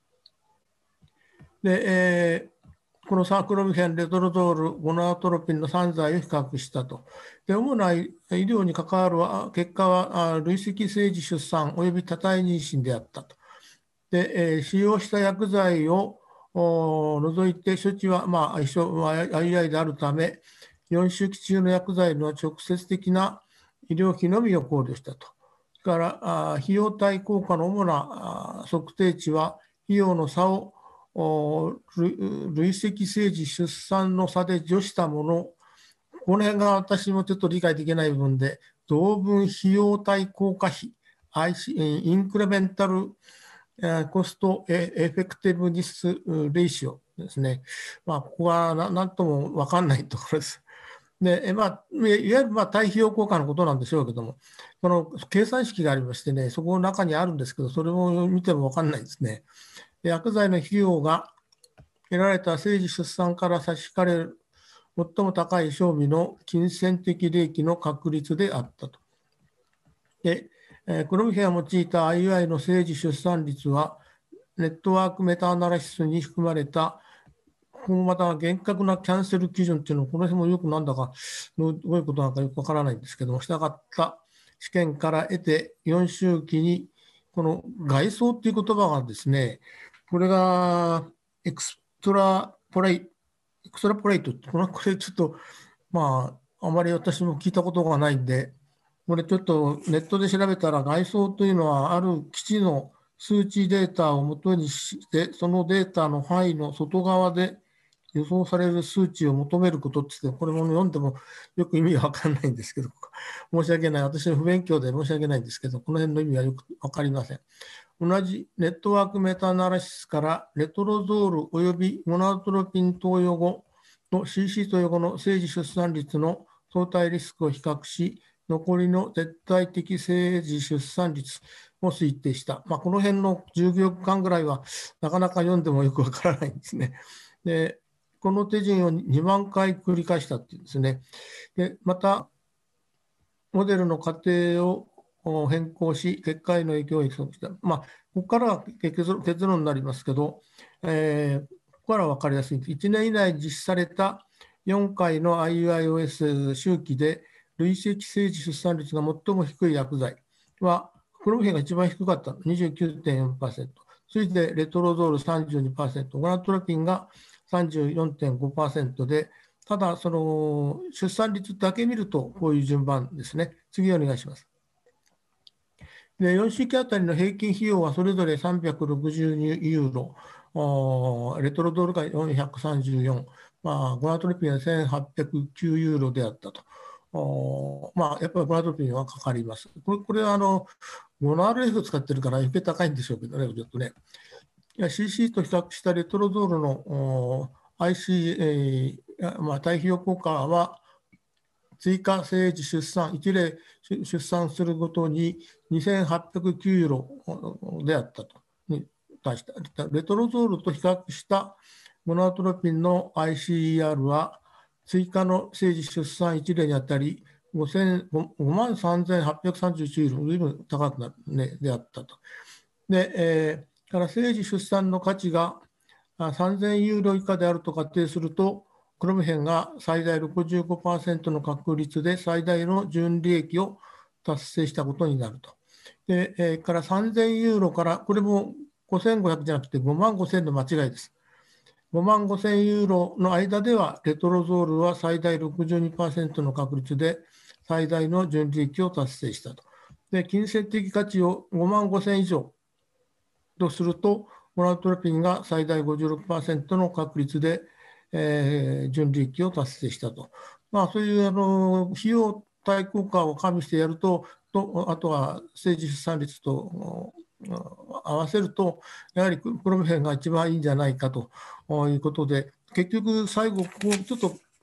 で、えーこのサークロビフェン、レトロゾール、ゴナアトロピンのさん剤を比較したと。で、主な医療に関わる結果は、累積生児出産および多体妊娠であったと。で、えー、使用した薬剤を除いて処置は、まあ、一緒、アイアイであるため、よん周期中の薬剤の直接的な医療費のみを考慮したと。それから、費用対効果の主な測定値は、費用の差を累積生児出産の差で除したもの、この辺が私もちょっと理解できない部分で、同分費用対効果比、インクレメンタルコストエフェクティブニスレーシオですね。まあ、ここは何とも分かんないところです。で、まあ、いわゆるまあ対比用効果のことなんでしょうけども、この計算式がありましてね、そこの中にあるんですけど、それを見ても分かんないですね。薬剤の費用が得られた生児出産から差し引かれる最も高い賞味の金銭的利益の確率であったと。で、クロミフェンを用いた アイユーアイ の生児出産率は、ネットワークメタアナラシスに含まれた、ここもまた厳格なキャンセル基準っていうのを、この辺もよくなんだか、どういうことなのかよくわからないんですけども、したかった試験から得て、よん周期に、この外装っていう言葉がですね、これがエクストラポレイト、エクストラポレイトって、これちょっと、まあ、あまり私も聞いたことがないんで、これちょっとネットで調べたら、外装というのはある基地の数値データをもとにして、そのデータの範囲の外側で予想される数値を求めることって言って、これも読んでもよく意味が分かんないんですけど、申し訳ない、私の不勉強で申し訳ないんですけど、この辺の意味はよく分かりません。同じネットワークメタアナラシスからレトロゾールおよびモナトロピン投与後の シーシー 投与後の生児出産率の相対リスクを比較し、残りの絶対的生児出産率を推定した。まあ、この辺のじゅうびょうかんぐらいはなかなか読んでもよくわからないんですね。で、この手順をにまんかい繰り返したっていうんですね。で、また、モデルの過程を変更し、結果への影響を予測した。まあ、ここからは結論結論になりますけど、えー、ここからは分かりやすい。いちねん以内に実施されたよんかいの アイユーアイオーエス 周期で、累積生児出産率が最も低い薬剤は、クロミフェンが一番低かった、にじゅうきゅうてんよんパーセント。次いでレトロゾール さんじゅうにパーセント、ゴナトロピンが さんじゅうよんてんごパーセント で、ただ、その出産率だけ見ると、こういう順番ですね。次お願いします。で、よん周期あたりの平均費用はそれぞれさんびゃくろくじゅうにユーロ、レトロドルがよんひゃくさんじゅうよん、まあ、ゴナトロピンはせんはっぴゃくきゅうユーロであったと。まあ、やっぱりゴナトロピンはかかります。これ、これはあの、ゴナ アールエフ 使ってるから余計高いんでしょうけどね、ちょっとね。シーシー と比較したレトロゾールの アイシー、えーまあ、対比用効果は、追加生児出産、いち例出産するごとににせんはっぴゃくきゅうユーロであったと。に対したレトロゾールと比較したモナトロピンの アイシーイーアール は、追加の生児出産いち例にあたりごまんさんぜんはっぴゃくさんじゅういちユーロ、随分高くなる、ね、であったと。で、えー、から生児出産の価値がさんぜんユーロ以下であると仮定すると、クロミフェンが最大 ろくじゅうごパーセント の確率で最大の純利益を達成したことになると。で、えー、からさんぜんユーロから、これもごせんごひゃくじゃなくてごまんごせんの間違いです。ごまんごせんユーロの間では、レトロゾールは最大 ろくじゅうにパーセント の確率で最大の純利益を達成したと。で、金銭的価値をごまんごせん以上とすると、モナトロピンが最大 ごじゅうろくパーセント の確率で、えー、純利益を達成したと。まあ、そういうあの費用対効果を加味してやると、とあとは生児出産率と合わせると、やはりクロミフェンが一番いいんじゃないかということで、結局、最後、こうちょっと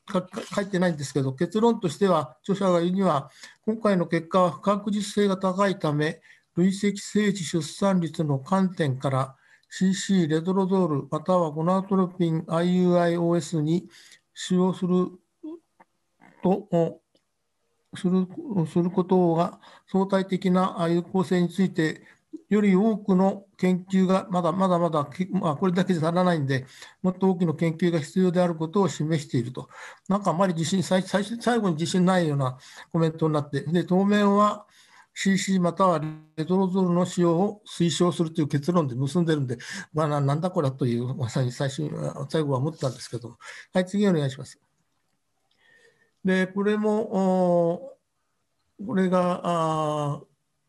か書いてないんですけど、結論としては、著者が言うには、今回の結果は不確実性が高いため、累積生児出産率の観点から、シーシー、レトロドール、またはゴナトロピン アイユーアイオーエス に使用すると、するすることが相対的な有効性について、より多くの研究がまだまだまだ、まあ、これだけじゃ足らないんで、もっと大きな研究が必要であることを示していると。なんかあまり自信、最最最後に自信ないようなコメントになって、で当面は シーシー またはレトロゾールの使用を推奨するという結論で結んでるんで、まあ、なんだこれという、まさに最初最後は思ったんですけど、はい、次お願いします。で、これも、これが、あ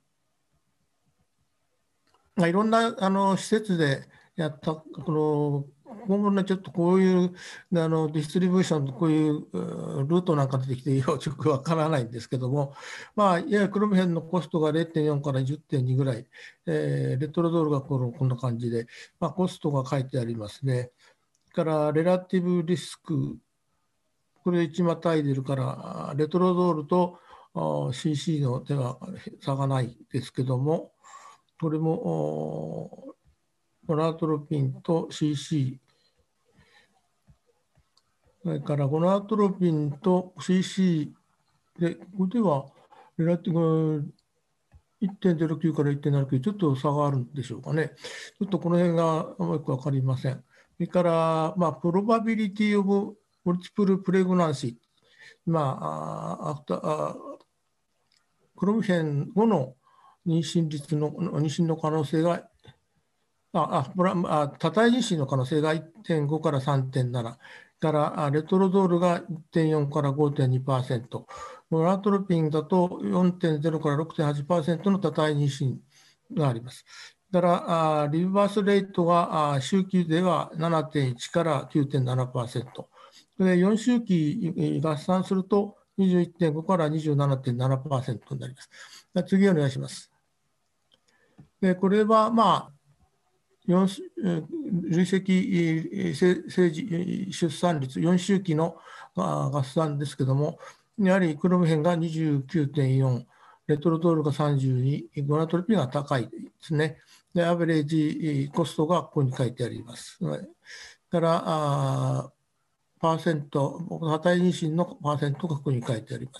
まあ、いろんなあの施設でやった、この今後ね、ちょっとこういうあのディストリビューション、こういうルートなんか出てきて、よくわからないんですけども、まあ、いやクロムヘンのコストが れいてんよん から じゅってんに ぐらい、えー、レトロドールがこのこんな感じで、まあ、コストが書いてありますね。から、レラティブリスク、これいちまたいでるから、レトロドールと シーシー のでは差がないですけども、これもゴナトロピンと シーシー、それからゴナトロピンと シーシー で、これではレラティブ いってんゼロきゅう から いってんななきゅう、ちょっと差があるんでしょうかね。ちょっとこの辺がよく分かりません。それから、まあ、プロバビリティオブモルティプルプレグナンシー、まあ、アフタークロムヘン後の妊娠率の、妊娠の可能性が、ああ多体妊娠の可能性が いってんご から さんてんなな からレトロドールが いってんよん から ごてんにパーセント、ゴナトロピンだと よんてんゼロ から ろくてんはちパーセント の多体妊娠があります。だからリバースレートが周期では ななてんいち から きゅうてんななパーセント、でよん周期合算すると にじゅういってんご から にじゅうななてんななパーセント になります。次お願いします。でこれはまあ累積生児出産率よん周期の合算ですけども、やはりクロムヘンが にじゅうきゅうてんよん、レトロドールがさんじゅうに、ゴナトロピンが高いですね。で、アベレージコストがここに書いてあります。から、あパーセント、多体妊娠のパーセントがここに書いてあります。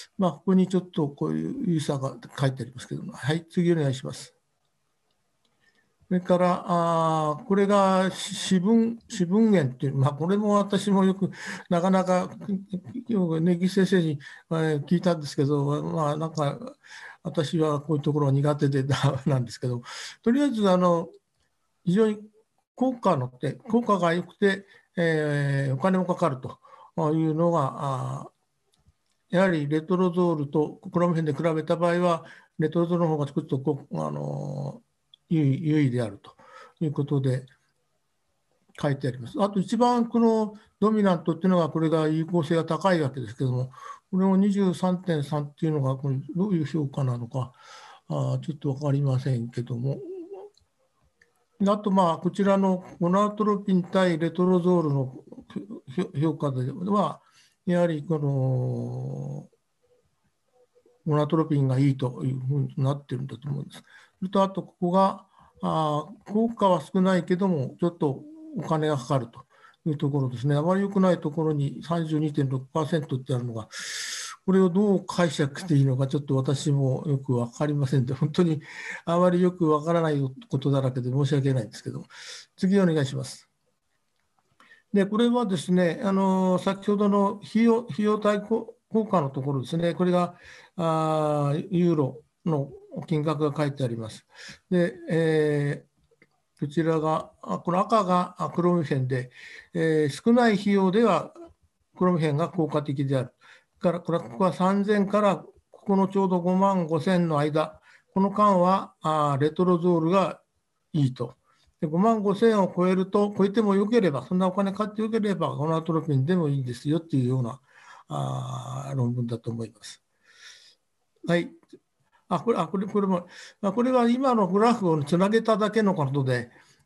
まあ、ここにちょっとこういうユーザーが書いてありますけども、はい、次お願いします。それから、あこれが四分四分弦っていう、まあ、これも私もよくなかなか根岸先生に聞いたんですけど、まあ、なんか私はこういうところが苦手でなんですけど、とりあえずあの非常に効果のって効果が良くて、えー、お金もかかるというのが、あやはりレトロゾールとクロムヘンで比べた場合は、レトロゾールの方がちょっとこあの優位であるということで書いてあります。あと一番このドミナントっていうのがこれが有効性が高いわけですけども、これも にじゅうさんてんさん っていうのがこれどういう評価なのかあちょっと分かりませんけども、あとまあこちらのゴナトロピン対レトロゾールの評価ではやはりこのゴナトロピンがいいというふうになっているんだと思います。それとあとここがあ効果は少ないけどもちょっとお金がかかるというところですね。あまり良くないところに さんじゅうにてんろくパーセント ってあるのが、これをどう解釈していいのかちょっと私もよく分かりませんで、本当にあまりよく分からないことだらけで申し訳ないんですけど、次お願いします。でこれはですね、あの先ほどの費用費用対効果のところですね、これがあユーロの金額が書いてあります。で、えー、こちらが、この赤がクロムヘンで、えー、少ない費用ではクロムヘンが効果的である。からこれここはさんぜんからここのちょうどごまんごせんの間、この間はあレトロゾールがいいと。でごまんごせんを超えると、超えてもよければ、そんなお金買ってよければ、ゴナトロピンでもいいですよっていうようなあ論文だと思います。はい。あ、これ、あこれこれも、これは今のグラフをつなげただけのことで、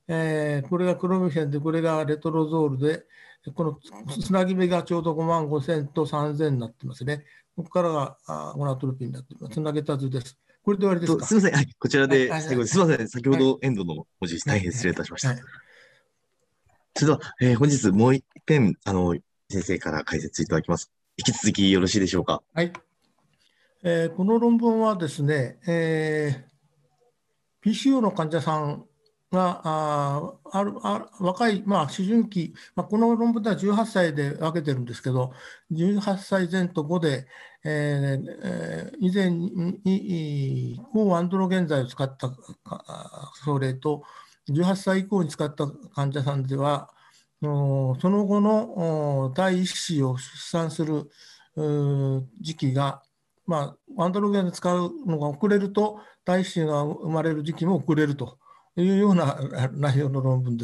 えーこれがクロミフェンで、これがレトロゾールで、このつなぎ目がちょうどごまんごせんとさんぜんになってますね。ここからがあゴナトロピーになっています。つなげた図です。これで終わりですか。 とすみません。はい。こちらではいはい最後です。すみません。先ほはいどエンドの文字、大変失礼いたしました。 はいそれでは、えー本日もう一遍、あの、先生から解説いただきます。引き続きよろしいでしょうか。 はいえーこの論文はですね、えー ピーシーオー の患者さんがああるあ若い、まあ、思春期、まあ、この論文ではじゅうはっさいで分けてるんですけど、じゅうはっさいぜんと後で、えーえー以前に抗アンドロゲン剤を使った症例と、じゅうはっさい以降に使った患者さんでは、その後の第一子を出産する時期が、まあ、アンドロゲンで使うのが遅れると、第一子が生まれる時期も遅れるというような内容の論文です。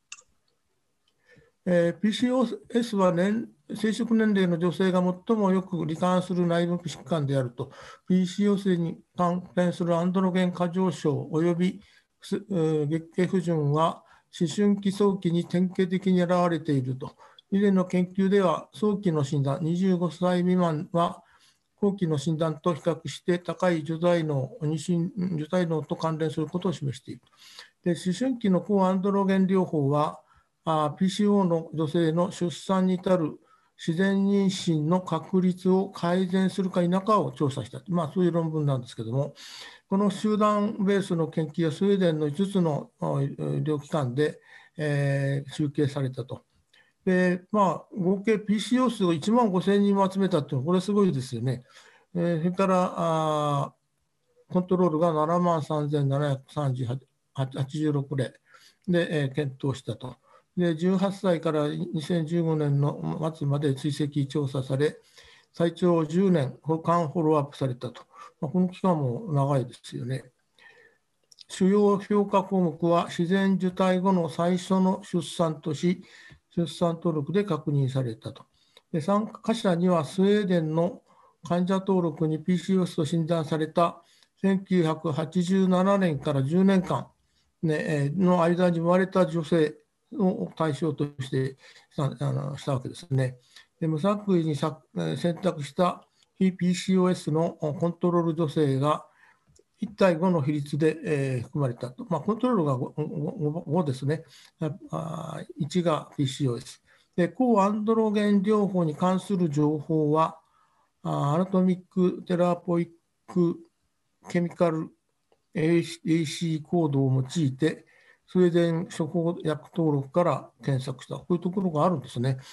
えー、ピーシーオーエス は年生殖年齢の女性が最もよく罹患する内分泌疾患であると、ピーシーオーエス に関連するアンドロゲン過剰症および月経不順は思春期早期に典型的に現れていると。以前の研究では早期の診断、にじゅうごさい未満は後期の診断と比較して高い受胎脳、受胎脳と関連することを示している。で思春期の抗アンドロゲン療法は、ピーシーオー の女性の出産に至る自然妊娠の確率を改善するか否かを調査した、まあ、そういう論文なんですけれども、この集団ベースの研究はスウェーデンのいつつの医療機関で、えー、集計されたと。でまあ、合計 ピーシーオー 数をいちまんごせんにんも集めたというのは、これすごいですよね。えー、それからあコントロールがななまんさんぜんななひゃくはちじゅうろく例で、えー、検討したと。でじゅうはっさいからにせんじゅうごねんの末まで追跡調査され、最長じゅうねん間フォローアップされたと。まあ、この期間も長いですよね。主要評価項目は、自然受胎後の最初の出産とし、出産登録で確認されたと。で参加者にはスウェーデンの患者登録に ピーシーオーエス と診断されたせんきゅうひゃくはちじゅうななねんからじゅうねんかん、ね、の間に生まれた女性を対象としてしたあのしたわけですね。で無作為に選択した非 ピーシーオーエス のコントロール女性がいち対ごの比率で、えー、含まれたと。まあ、コントロールが 5, 5ですね。いちが ピーシーオーエス。で、抗アンドロゲン療法に関する情報は、アナトミック・テラポイック・ケミカル エーシー コードを用いて、スウェーデン処方薬登録から検索した、こういうところがあるんですね。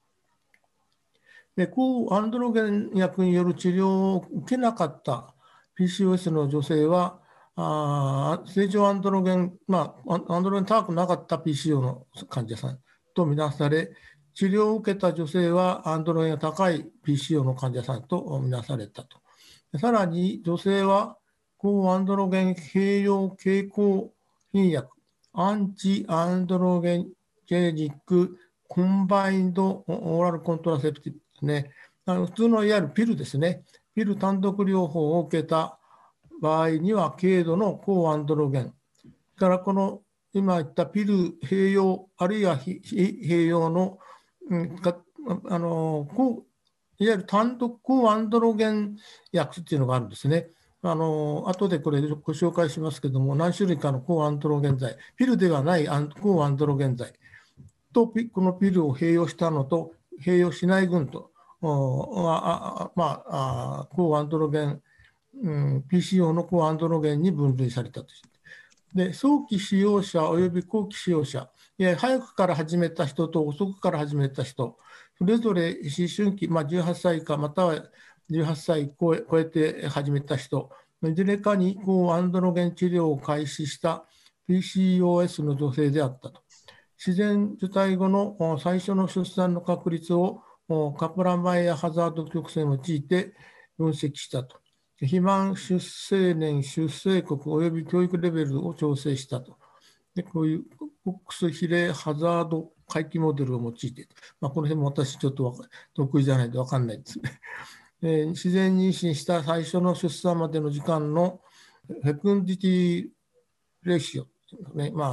で、抗アンドロゲン薬による治療を受けなかったピーシーオーエス の女性は、あ正常アンドロゲン、まあ、アンドロゲン高くなかった ピーシーオー の患者さんとみなされ、治療を受けた女性はアンドロゲンが高い ピーシーオー の患者さんとみなされたと。さらに女性は抗アンドロゲン併用経口品薬、アンチアンドロゲンジェニックコンバインドオーラルコントラセプティブですね。あの普通のいわゆるピルですね。ピル単独療法を受けた場合には軽度の抗アンドロゲン。からこの今言ったピル併用、あるいは非併用の、うん、あの抗いわゆる単独抗アンドロゲン薬っていうのがあるんですね。あの後でこれご紹介しますけれども、何種類かの抗アンドロゲン剤、ピルではない抗アンドロゲン剤とこのピルを併用したのと併用しない群と、あまあ、抗アンドロゲン、うん、ピーシーオー の抗アンドロゲンに分類されたとして。で早期使用者および後期使用者、いや早くから始めた人と遅くから始めた人、それぞれ思春期、まあ、じゅうはっさい以下またはじゅうはっさい超え、超えて始めた人、いずれかに抗アンドロゲン治療を開始した ピーシーオーエス の女性であったと。自然受胎後の最初の出産の確率をカプランマイヤーハザード曲線を用いて分析したと。肥満、出生年、出生国および教育レベルを調整したと。でこういうコックス比例ハザード回帰モデルを用いて、まあ、この辺も私ちょっと得意じゃないと分かんないですね。えー、自然妊娠した最初の出産までの時間のフェクンディティレシオ、ね、まあ、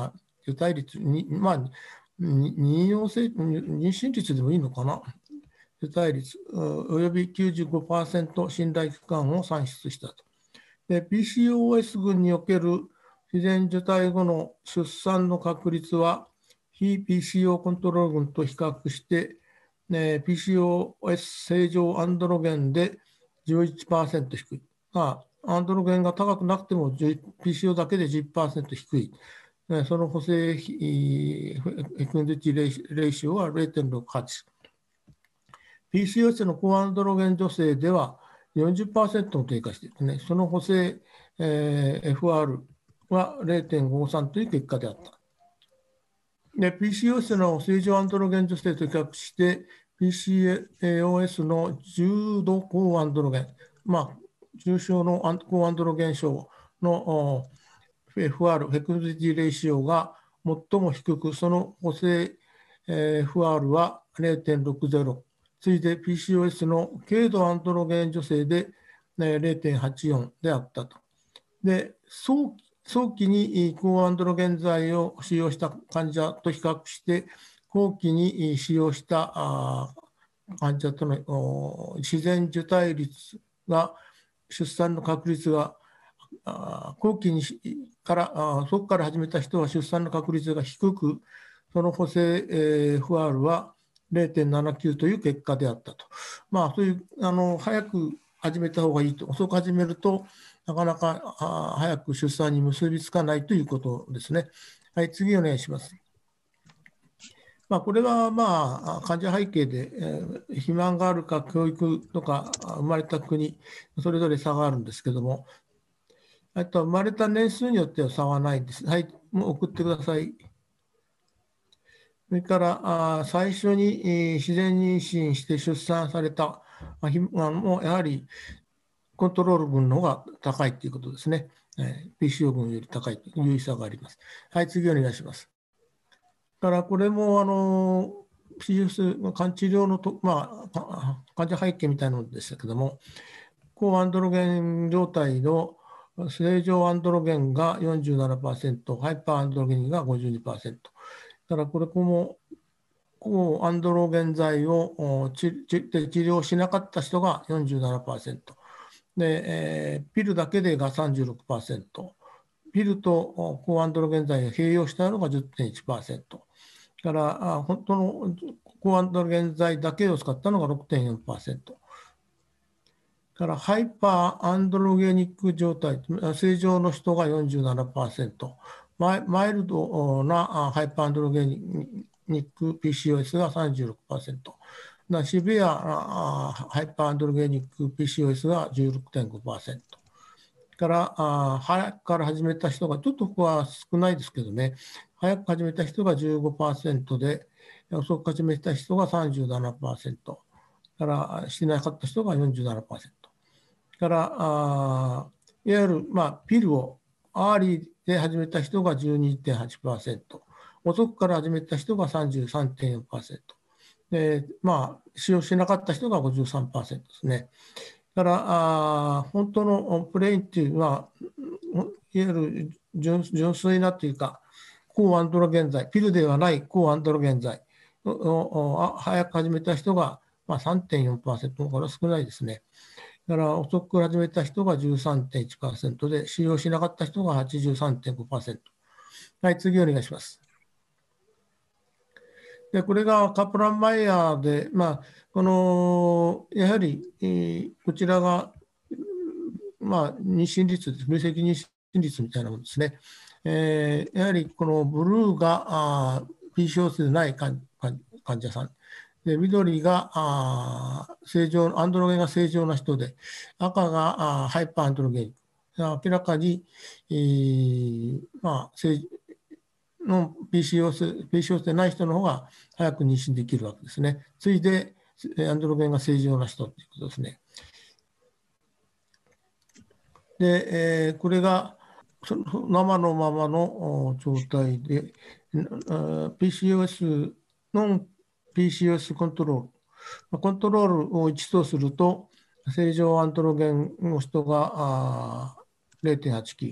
受胎率に、まあ、妊用性、妊娠率でもいいのかな。受胎率および きゅうじゅうごパーセント 信頼区間を算出したと。で、ピーシーオーエス 群における自然受胎後の出産の確率は、非 ピーシーオー コントロール群と比較して、ね、ピーシーオーエス 正常アンドロゲンで じゅういちパーセント 低い。まあ、アンドロゲンが高くなくても ピーシーオー だけで じゅっパーセント 低い。その補正フェクンディティレーシオは れいてんろくはち。ピーシーオーエス の高アンドロゲン女性では よんじゅっパーセント も低下しているね。その補正、えー、エフアール は れいてんごさん という結果であった。で、ピーシーオーエス の正常アンドロゲン女性と比較して、ピーシーオーエス の重度高アンドロゲン、まあ、重症の高アンドロゲン症の エフアール、フェクンディティレーシオが最も低く、その補正 エフアール は れいてんろくゼロ。次いで ピーシーオーエス の軽度アンドロゲン女性で れいてんはちよん であったと。で、早期早期に高アンドロゲン剤を使用した患者と比較して、後期に使用した患者との自然受胎率が、出産の確率が、後期にから、そこから始めた人は出産の確率が低く、その補正 エフアール は れいてんななきゅう という結果であったと。まあ、そういう、あの、早く始めた方がいいと、遅く始めると、なかなか早く出産に結びつかないということですね。はい、次お願いします。まあ、これは、まあ、患者背景で、えー、肥満があるか、教育とか、生まれた国、それぞれ差があるんですけども、あと生まれた年数によっては差はないです。はい、もう送ってください。それからあ最初に、えー、自然妊娠して出産された、まあ、もやはりコントロール群の方が高いということですね。えー、ピーシーオー 群より高いという優位差があります。はい、次お願いします。だからこれもあの ピーシーオーエス の治療のと、まあ、患者背景みたいなのでしたけども、高アンドロゲン状態の正常アンドロゲンが よんじゅうななパーセント、ハイパーアンドロゲンが ごじゅうにパーセント。だからこれも高アンドロゲン剤を治療しなかった人が よんじゅうななパーセント。で、えー、ピルだけでが さんじゅうろくパーセント。ピルと高アンドロゲン剤を併用したのが じゅってんいちパーセント。から、あ本当の高アンドロゲン剤だけを使ったのが ろくてんよんパーセント。からハイパーアンドロゲニック状態、正常の人が よんじゅうななパーセント。マイルドなハイパーアンドロゲニック ピーシーオーエス が さんじゅうろくパーセント。シビアハイパーアンドロゲニック ピーシーオーエス が じゅうろくてんごパーセント。からあ早くから始めた人が、ちょっとここは少ないですけどね、早く始めた人が じゅうごパーセントで、遅く始めた人が さんじゅうななパーセント。からしてなかった人が よんじゅうななパーセント。からあいわゆる、まあ、ピルをアーリーで始めた人が じゅうにてんはちパーセント、遅くから始めた人が さんじゅうさんてんよんパーセント、で、まあ、使用しなかった人が ごじゅうさんパーセント ですね。だからあ本当のプレインっていうのは、いわゆる 純, 純粋なというか、高アンドロゲン剤、ピルではない高アンドロゲン剤を早く始めた人が、まあ、さんてんよんパーセント、これは少ないですね。だから遅く始めた人が じゅうさんてんいちパーセント で、使用しなかった人が はちじゅうさんてんごパーセント。はい、次お願いします。でこれがカプランマイヤーで、まあ、このやはり、えー、こちらが、まあ、妊娠率、累積妊娠率みたいなものですね。えー、やはりこのブルーがあ ピーシーオーエス でない患者さん。で緑があ正常、アンドロゲンが正常な人で、赤があハイパーアンドロゲン。明らかに、えーまあ、正の ピーシーオーエス、ピーシーオーエス でない人の方が早く妊娠できるわけですね。次いで、アンドロゲンが正常な人ということですね。で、えー、これが生のままの状態で、ピーシーオーエス の ピーシーオーエス コントロール。コントロールをいちとすると、正常アンドロゲンの人が れいてんはちきゅう、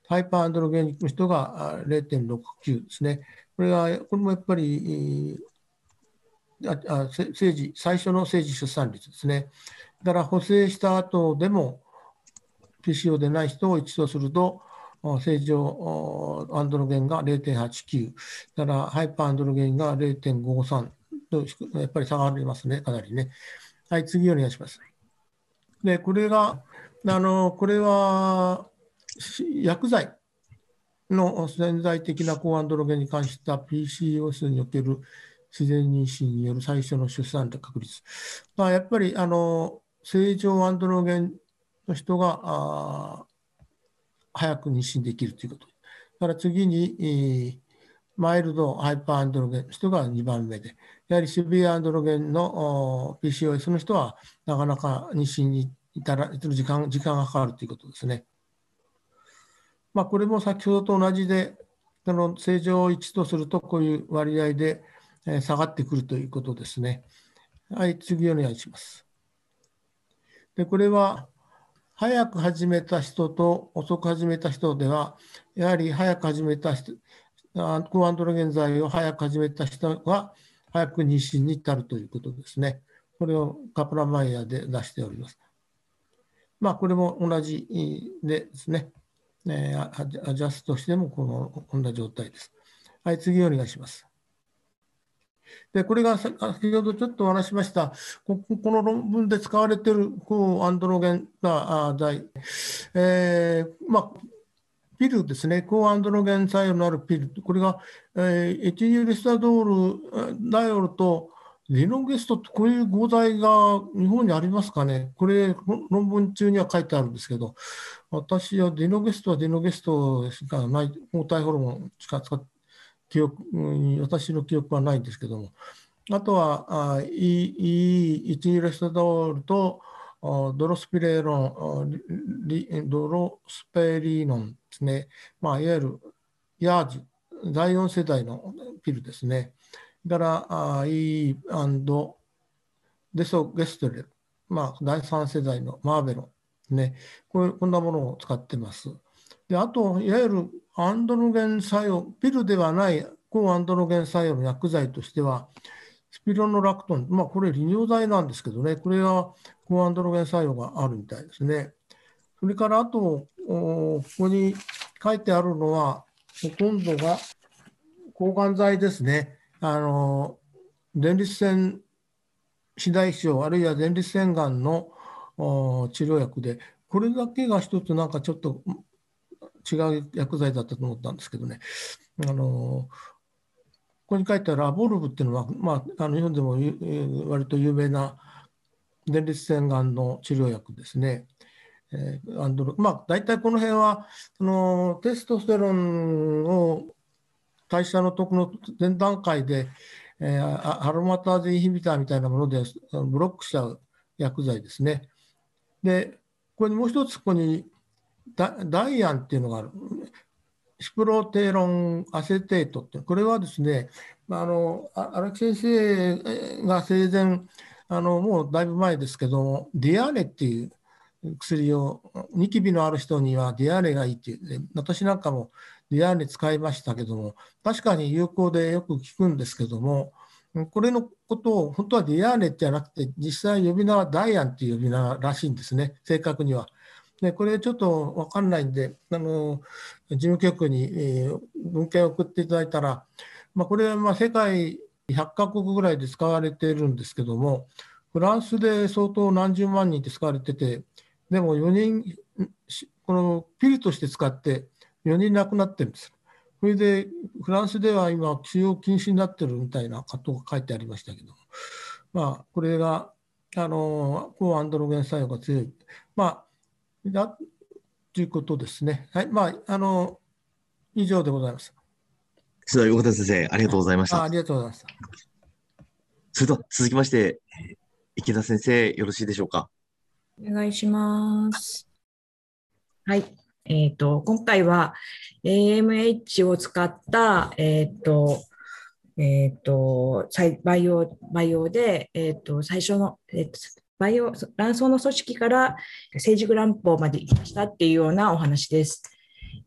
ハイパーアンドロゲニックの人が ゼロてんろくきゅう ですね。これは、これもやっぱり、ああ政治、最初の政治出産率ですね。だから補正した後でも ピーシーオー でない人をいちとすると、正常アンドロゲンが ゼロてんはちきゅう、だからハイパーアンドロゲンが ゼロてんごさんと、やっぱり差がありますね、かなりね。はい、次お願いします。で、これが、あのこれは薬剤の潜在的な高アンドロゲンに関した ピーシーオー 数における自然妊娠による最初の出産確率。まあ、やっぱりあの正常アンドロゲンの人があ早く妊娠できるということ。だから次に、えー、マイルドハイパーアンドロゲンの人がにばんめで、やはりシビアアンドロゲンの ピーシーオーエス の人はなかなか妊娠に至る時間、時間がかかるということですね。まあ、これも先ほどと同じで、その正常をいちとすると、こういう割合で下がってくるということですね。はい、次お願いします。で、これは、早く始めた人と遅く始めた人では、やはり早く始めた人、高アンドロゲン剤を早く始めた人が早く妊娠に至るということですね。これをカプラマイヤーで出しております。まあ、これも同じでですね。えー、アジャストしてもこのこんな状態です。はい、次お願いします。で、これが先ほどちょっとお話しました、こ, この論文で使われている高アンドロゲン剤、えーまあ、ピルですね、高アンドロゲン作用のあるピル、これが、えー、エチニルリスタドール、ダイオルとリノゲストとこういう合剤が日本にありますかね。これ、論文中には書いてあるんですけど、私はディノゲストはディノゲストしかない、抗体ホルモンしか使っ記憶、私の記憶はないんですけども、あとは イーワン レスタドールとドロスピレロン、ドロスペリノンですね、まあ、いわゆるヤージ、だいよん世代のピルですね。から E& デソゲストレル、まあ、だいさん世代のマーベロン、ね、こうこんなものを使ってます。で、あと、いわゆるアンドロゲン作用、ピルではない抗アンドロゲン作用の薬剤としては、スピロノラクトン、まあ、これ利尿剤なんですけどね、これは抗アンドロゲン作用があるみたいですね。それからあと、ここに書いてあるのは、ほとんどが抗がん剤ですね。あの前立腺肥大症、あるいは前立腺がんの治療薬で、これだけが一つなんかちょっと違う薬剤だったと思ったんですけどね。あのここに書いてあるアボルブっていうのは、まあ、あの日本でも割と有名な前立腺がんの治療薬ですね。えー、アンドロまあ、大体この辺はそのテストステロンを代謝のとこの前段階で、えー、アロマターゼインヒビターみたいなものでブロックしちゃう薬剤ですね。で、ここにもう一つ、ここにダ, ダイアンっていうのがある。シプロテロンアセテートって、これはですね、あの荒木先生が生前、あのもうだいぶ前ですけども、ディアーネっていう薬を、ニキビのある人にはディアーネがいいっていう、私なんかもディアーネ使いましたけども、確かに有効でよく効くんですけども、これのことを本当はディアーネじゃなくて、実際呼び名はダイアンっていう呼び名らしいんですね、正確には。でこれちょっと分かんないんで、あの事務局に、えー、文献を送っていただいたら、まあ、これはまあ世界ひゃっカ国ぐらいで使われているんですけども、フランスで相当何十万人って使われてて、でもよにん、このピルとして使ってよにん亡くなってるんです。それでフランスでは今、使用禁止になってるみたいなことが書いてありましたけども、まあ、これが、あの抗アンドロゲン作用が強い。まあだということですね。はい、まあ、あの、以上でございます。 それでは横田先生、ありがとうございました。 あ、ありがとうございました。 それでは続きまして、池田先生、よろしいでしょうか。 お願いします。はい。えっと、今回は エーエムエイチ を使った、えっと、えっと、培養、培養で、えっと、最初の、えっと培養卵巣の組織から成熟卵胞まで行きましたっていうようなお話です。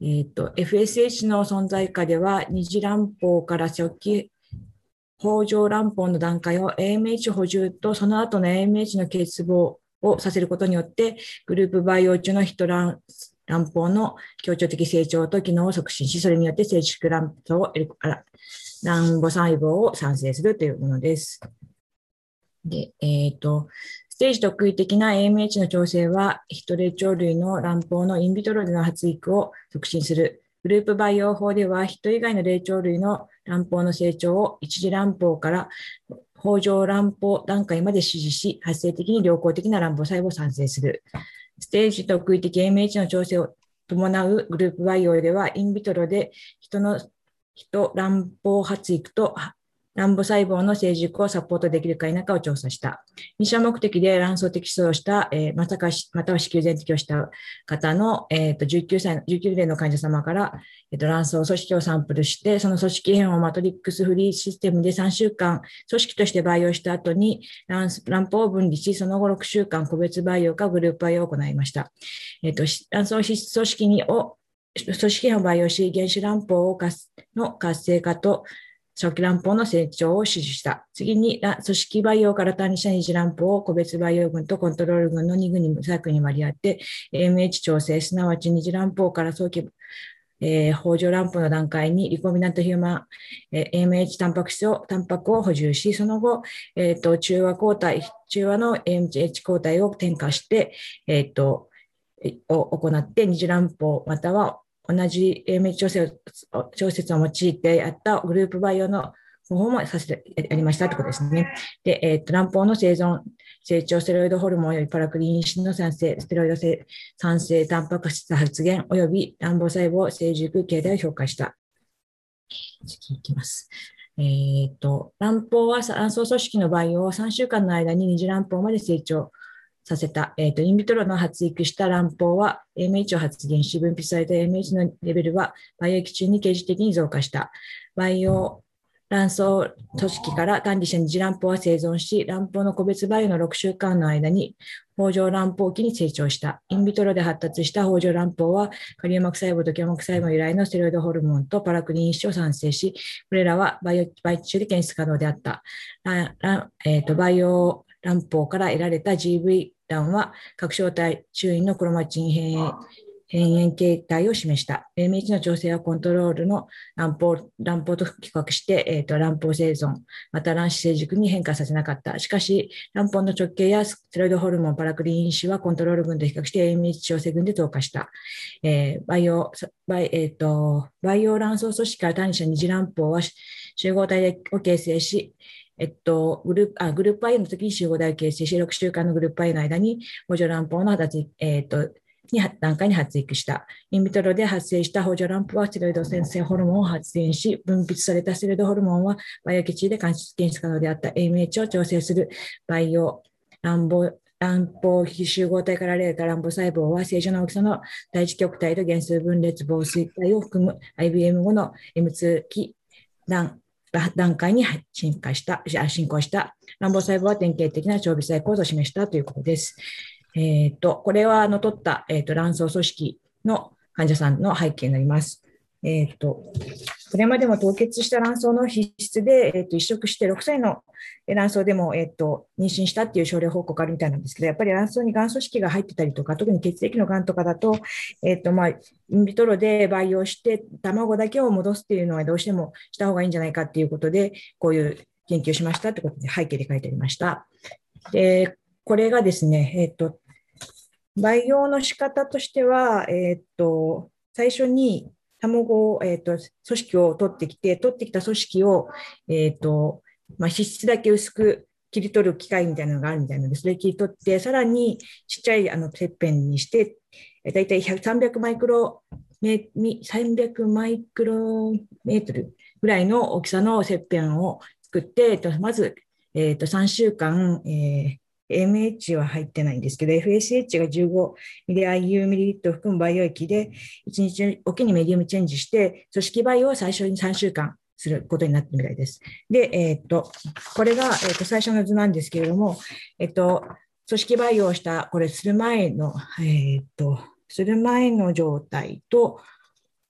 えーと、エフエスエイチ の存在下では、二次乱暴から初期北条乱暴の段階を エーエムエイチ 補充とその後の エーエムエイチ の欠乏をさせることによって、グループ培養中のヒト乱乱暴の協調的成長と機能を促進し、それによって成熟乱暴を乱暴細胞を産生するというものです。で、えっと、ステージ特異的な エーエムエイチ の調整は、ヒト霊長類の卵胞のインビトロでの発育を促進する。グループ培養法では、ヒト以外の霊長類の卵胞の成長を一次卵胞から北条卵胞段階まで支持し、発生的に良好的な卵胞細胞を産生する。ステージ特異的 エーエムエイチ の調整を伴うグループ培養では、インビトロで人の人卵胞発育と卵母細胞の成熟をサポートできるか否かを調査した。二者目的で卵巣的指導をした、えー、またかまたは子宮全摘をした方の、えー、とじゅうきゅうさい、じゅうきゅうれいの患者様から、えー、と卵巣組織をサンプルして、その組織片をマトリックスフリーシステムでさんしゅうかん組織として培養した後に卵胞を分離し、その後ろくしゅうかん個別培養かグループ培養を行いました。えー、と卵巣組織にを組織片を培養し、原子卵胞の活性化と初期卵胞の成長を指示した。次に、組織培養から単にした二次卵胞を個別培養群とコントロール群のに群に無作に割り当て、エーエムエイチ 調整、すなわち二次卵胞から早期、えー、北条卵胞の段階にリコビナントヒューマン、えー、エーエムエイチ タンパク質を、タンパクを補充し、その後、えーと、中和抗体、中和の エーエムエイチ 抗体を添加して、えーと、を行って二次卵胞または同じ エーエムエイチ 調節を、調節を用いてやったグループ培養の方法もさせてやりましたということですね。で、えっと、卵胞の生存、成長ステロイドホルモン及びパラクリンシンの産生、ステロイド産生タンパク質発現及び卵胞細胞成熟形態を評価した。次いきます。えっと、卵胞は卵巣組織の培養をさんしゅうかんの間に二次卵胞まで成長させた、えーと、インビトロの発育した卵胞は エーエムエイチ を発現し、分泌された エーエムエイチ のレベルは培養期中に形式的に増加した。培養卵巣組織から単離した二次卵胞は生存し、卵胞の個別培養のろくしゅうかんの間に北条卵胞期に成長した。インビトロで発達した北条卵胞はカリウマ膜細胞とキャ膜細胞由来のステロイドホルモンとパラクリン因子を産生し、これらは培養培中で検出可能であった。えーと、培養卵胞から得られた ジーブイ 卵は各小体周囲のクロマチン変異変異形態を示した。エーエムエイチ の調整はコントロールの卵胞卵胞と比較して、えーと、卵胞生存、また卵子成熟に変化させなかった。しかし、卵胞の直径やステロイドホルモン、パラクリン因子はコントロール群と比較して エーエムエイチ 調整群で増加した。えー、培養、培えーと、培養卵巣組織から単にした二次卵胞は集合体を形成し、えっと、グループ、あ、グループ I の時に集合体を形成し、ろくしゅうかんのグループ I の間に、北条卵胞の発育、えっと、に段階に発育した。インビトロで発生した北条卵胞はステロイド先制ホルモンを発現し、分泌されたステロイドホルモンは培養基地で検出可能であった エーエムエイチ を調整する培養卵胞卵胞非集合体から得られた卵胞細胞は正常な大きさの第一極体と原数分裂防水体を含む アイビーエム 後の エムツー 期卵段階に進化した、進行した卵胞細胞は典型的な長尾細構造を示したということです。えっと、これはあの取った、えー、と卵巣組織の患者さんの背景になります。えっと、これまでも凍結した卵巣の皮質で、えー、と移植してろくさいの卵巣でも、えー、と妊娠したっていう症例報告あるみたいなんですけど、やっぱり卵巣にがん組織が入ってたりとか、特に血液のがんとかだと、えーとまあ、インビトロで培養して卵だけを戻すっていうのはどうしてもした方がいいんじゃないかっていうことで、こういう研究をしましたってことで背景で書いてありました。で、これがですね、えっと、培養の仕方としては、えっと、最初に卵を、えっと、組織を取ってきて、取ってきた組織を、えっと、まあ、脂質だけ薄く切り取る機械みたいなのがあるみたいなので、それ切り取って、さらにちっちゃいあの切片にして、だいたいさんびゃくマイクロメ、さんびゃくマイクロメートルぐらいの大きさの切片を作って、まず、えっと、さんしゅうかん、えーエーエムエイチ は入ってないんですけど、エフエスエイチ がじゅうごミリアイユーミリリットル含む培養液で、いちにちおきにメディウムチェンジして、組織培養を最初にさんしゅうかんすることになっているみたいです。で、えっと、これが、えっと、最初の図なんですけれども、えっと、組織培養をした、これする前の、えっと、する前の状態と、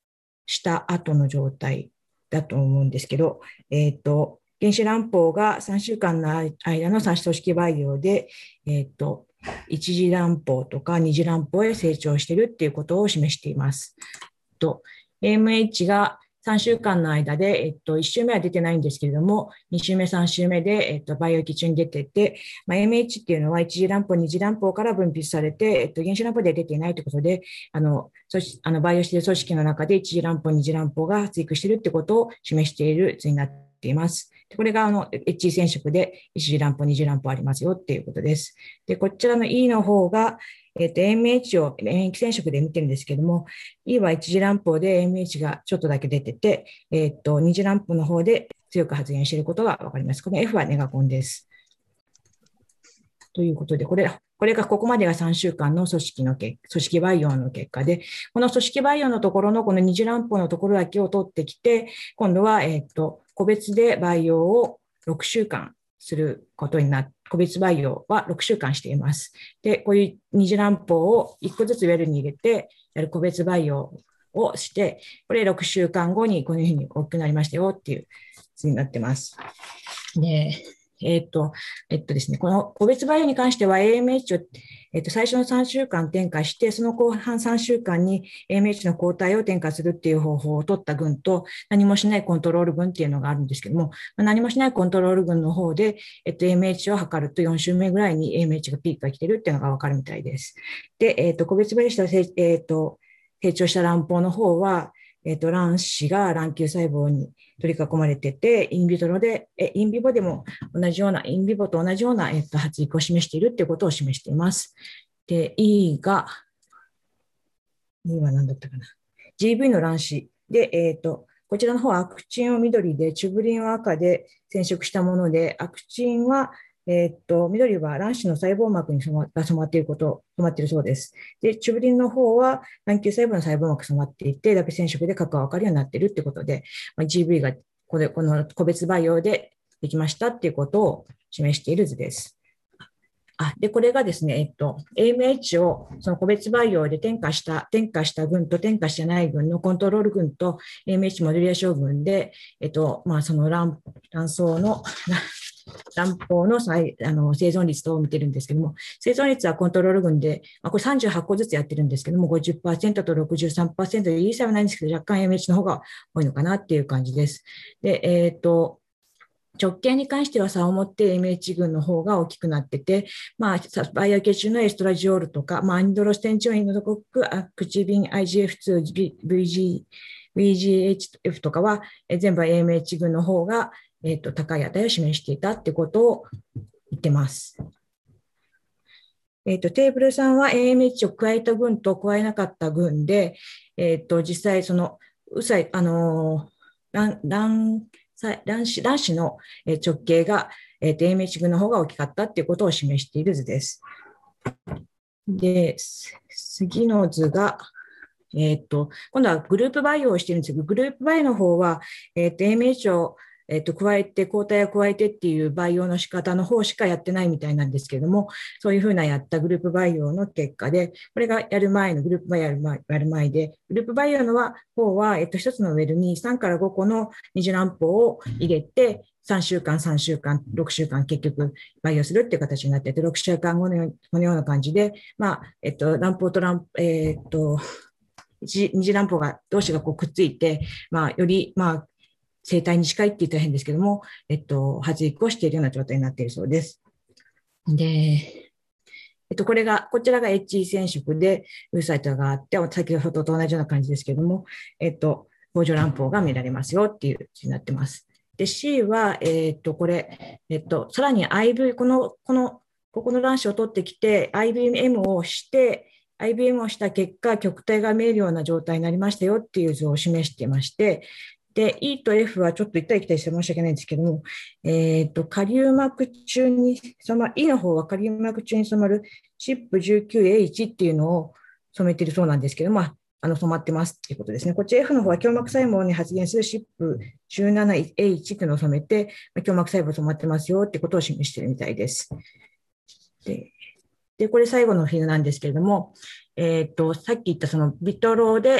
した後の状態だと思うんですけど、えっと、原子卵胞がさんしゅうかんの間の三子組織培養で、えっと、一次卵胞とか二次卵胞へ成長しているっていうことを示しています。と エーエムエイチ がさんしゅうかんの間で、えっと、いち週目は出てないんですけれども、に週目、さん週目で、えっと、培養基中に出てて、まあ、エーエムエイチ っていうのは一次卵胞、二次卵胞から分泌されて、えっと、原子卵胞で出ていないということで、あの、あの培養している組織の中で一次卵胞、二次卵胞が発育しているということを示している図になっています。これがあの エイチイー 染色で一次卵胞、二次卵胞ありますよっていうことです。で、こちらの E の方が、えっと、エーエムエイチ を免疫染色で見てるんですけども、E は一次卵胞で エーエムエイチ がちょっとだけ出てて、えっと、二次卵胞の方で強く発現していることがわかります。この F はネガコンです。ということで、これ、これがここまでがさんしゅうかんの組織の結組織培養の結果で、この組織培養のところのこの二次卵胞のところだけを取ってきて、今度は、えっと、個別で培養をろくしゅうかんすることになって、個別培養はろくしゅうかんしています。で、こういう二次卵胞をいっこずつウェルに入れて、やる個別培養をして、これろくしゅうかんごにこのように大きくなりましたよっていう図になってます。で、えっと、えっとですね、この個別培養に関しては エーエムエイチ を、えっと、最初のさんしゅうかん添加して、その後半さんしゅうかんに エーエムエイチ の抗体を添加するっていう方法を取った群と、何もしないコントロール群っていうのがあるんですけども、何もしないコントロール群の方で、えっと、エーエムエイチ を測るとよん週目ぐらいに エーエムエイチ がピークが来てるっていうのがわかるみたいです。で、えっと、個別培養した、えっと、成長した卵胞の方は、えっと、卵子が卵球細胞に取り囲まれてて、インビトロで、えインビボでも同じような、インビボと同じような、えっと、発育を示しているということを示しています。で、E が、E は何だったかな。ジーブイ の卵子で、えっと、こちらの方はアクチンを緑で、チュブリンを赤で染色したもので、アクチンは、えっと、緑は卵子の細胞膜に染まが染まっていること、染まっているそうです。で、チュブリンの方は卵球細胞の細胞膜が染まっていて、ダペ染色で核が分かるようになっているということで、まあ、ジーブイ がこれこの個別培養でできましたということを示している図です。あで、これがですね、えっと、エーエムエイチ をその個別培養で添加した、添加した群と添加してない群のコントロール群と エーエムエイチ モデュレーション群で、えっと、まあ、その卵、卵巣の卵胞の再あの生存率を見てるんですけども、生存率はコントロール群で、まあ、これさんじゅうはっこずつやってるんですけども、ごじゅっパーセント と ろくじゅうさんパーセント でいい差はないんですけど、若干 エーエムエイチ の方が多いのかなっていう感じです。で、えっと、直径に関しては差を持って エーエムエイチ 群の方が大きくなってて、まあ、バイオ系中のエストラジオールとか、まあ、アニドロステンチオインの属アクチビン アイジーエフツー、ブイジー、ビージーエイチエフ とかは、え全部は エーエムエイチ 群の方が、えー、と高い値を示していたということを言ってます。えー、とテーブルさんは エーエムエイチ を加えた群と加えなかった群で、えー、と実際その、うさい、あのー、卵卵子、卵子の直径が、えー、と エーエムエイチ 群の方が大きかったということを示している図です。で、次の図が、えー、と今度はグループ培養をしているんですけど、グループ培養の方は、えー、と エーエムエイチ をえっと、加えて、抗体を加えてっていう培養の仕方の方しかやってないみたいなんですけれども、そういうふうなやったグループ培養の結果で、これがやる前のグループ培養やる前やる前で、グループ培養の方は、えっと、一つのウェルにさんからごこの二次卵胞を入れて、さんしゅうかん、さんしゅうかん、ろくしゅうかん結局培養するっていう形になっていて、ろくしゅうかんごのこのような感じで、まあ、えっと、卵胞と卵、えっと、二次卵胞が同士がこうくっついて、まあ、より、まあ、生体に近いって言ったら変ですけども、えっと、発育をしているような状態になっているそうです。で、えっと、これが、こちらが エイチイー 染色で、ウーサイトがあって、先ほどと同じような感じですけども、えっと、棒状卵胞が見られますよっていう図になってます。で、C は、えっと、これ、えっと、さらに アイブイ、この、この、ここの卵子を取ってきて、アイビーエム をして、アイビーエム をした結果、極体が見えるような状態になりましたよっていう図を示していまして、で、E と F はちょっと行ったり来たりして申し訳ないんですけども、えっと、下流膜中に染まる、E の方は下流膜中に染まる シップじゅうきゅうエーワン っていうのを染めているそうなんですけども、あの染まってますっていうことですね。こっち F の方は胸膜細胞に発現する シップじゅうななエーワン っていうのを染めて、胸膜細胞染まってますよってことを示しているみたいです。で、でこれ最後のフィルなんですけれども、えっと、さっき言ったそのビトロで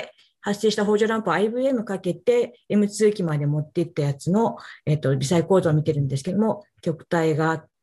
発生した補助ランプを アイブイエム かけて エムツー 機まで持っていったやつの、えっと、微細構造を見てるんですけども、極体があって、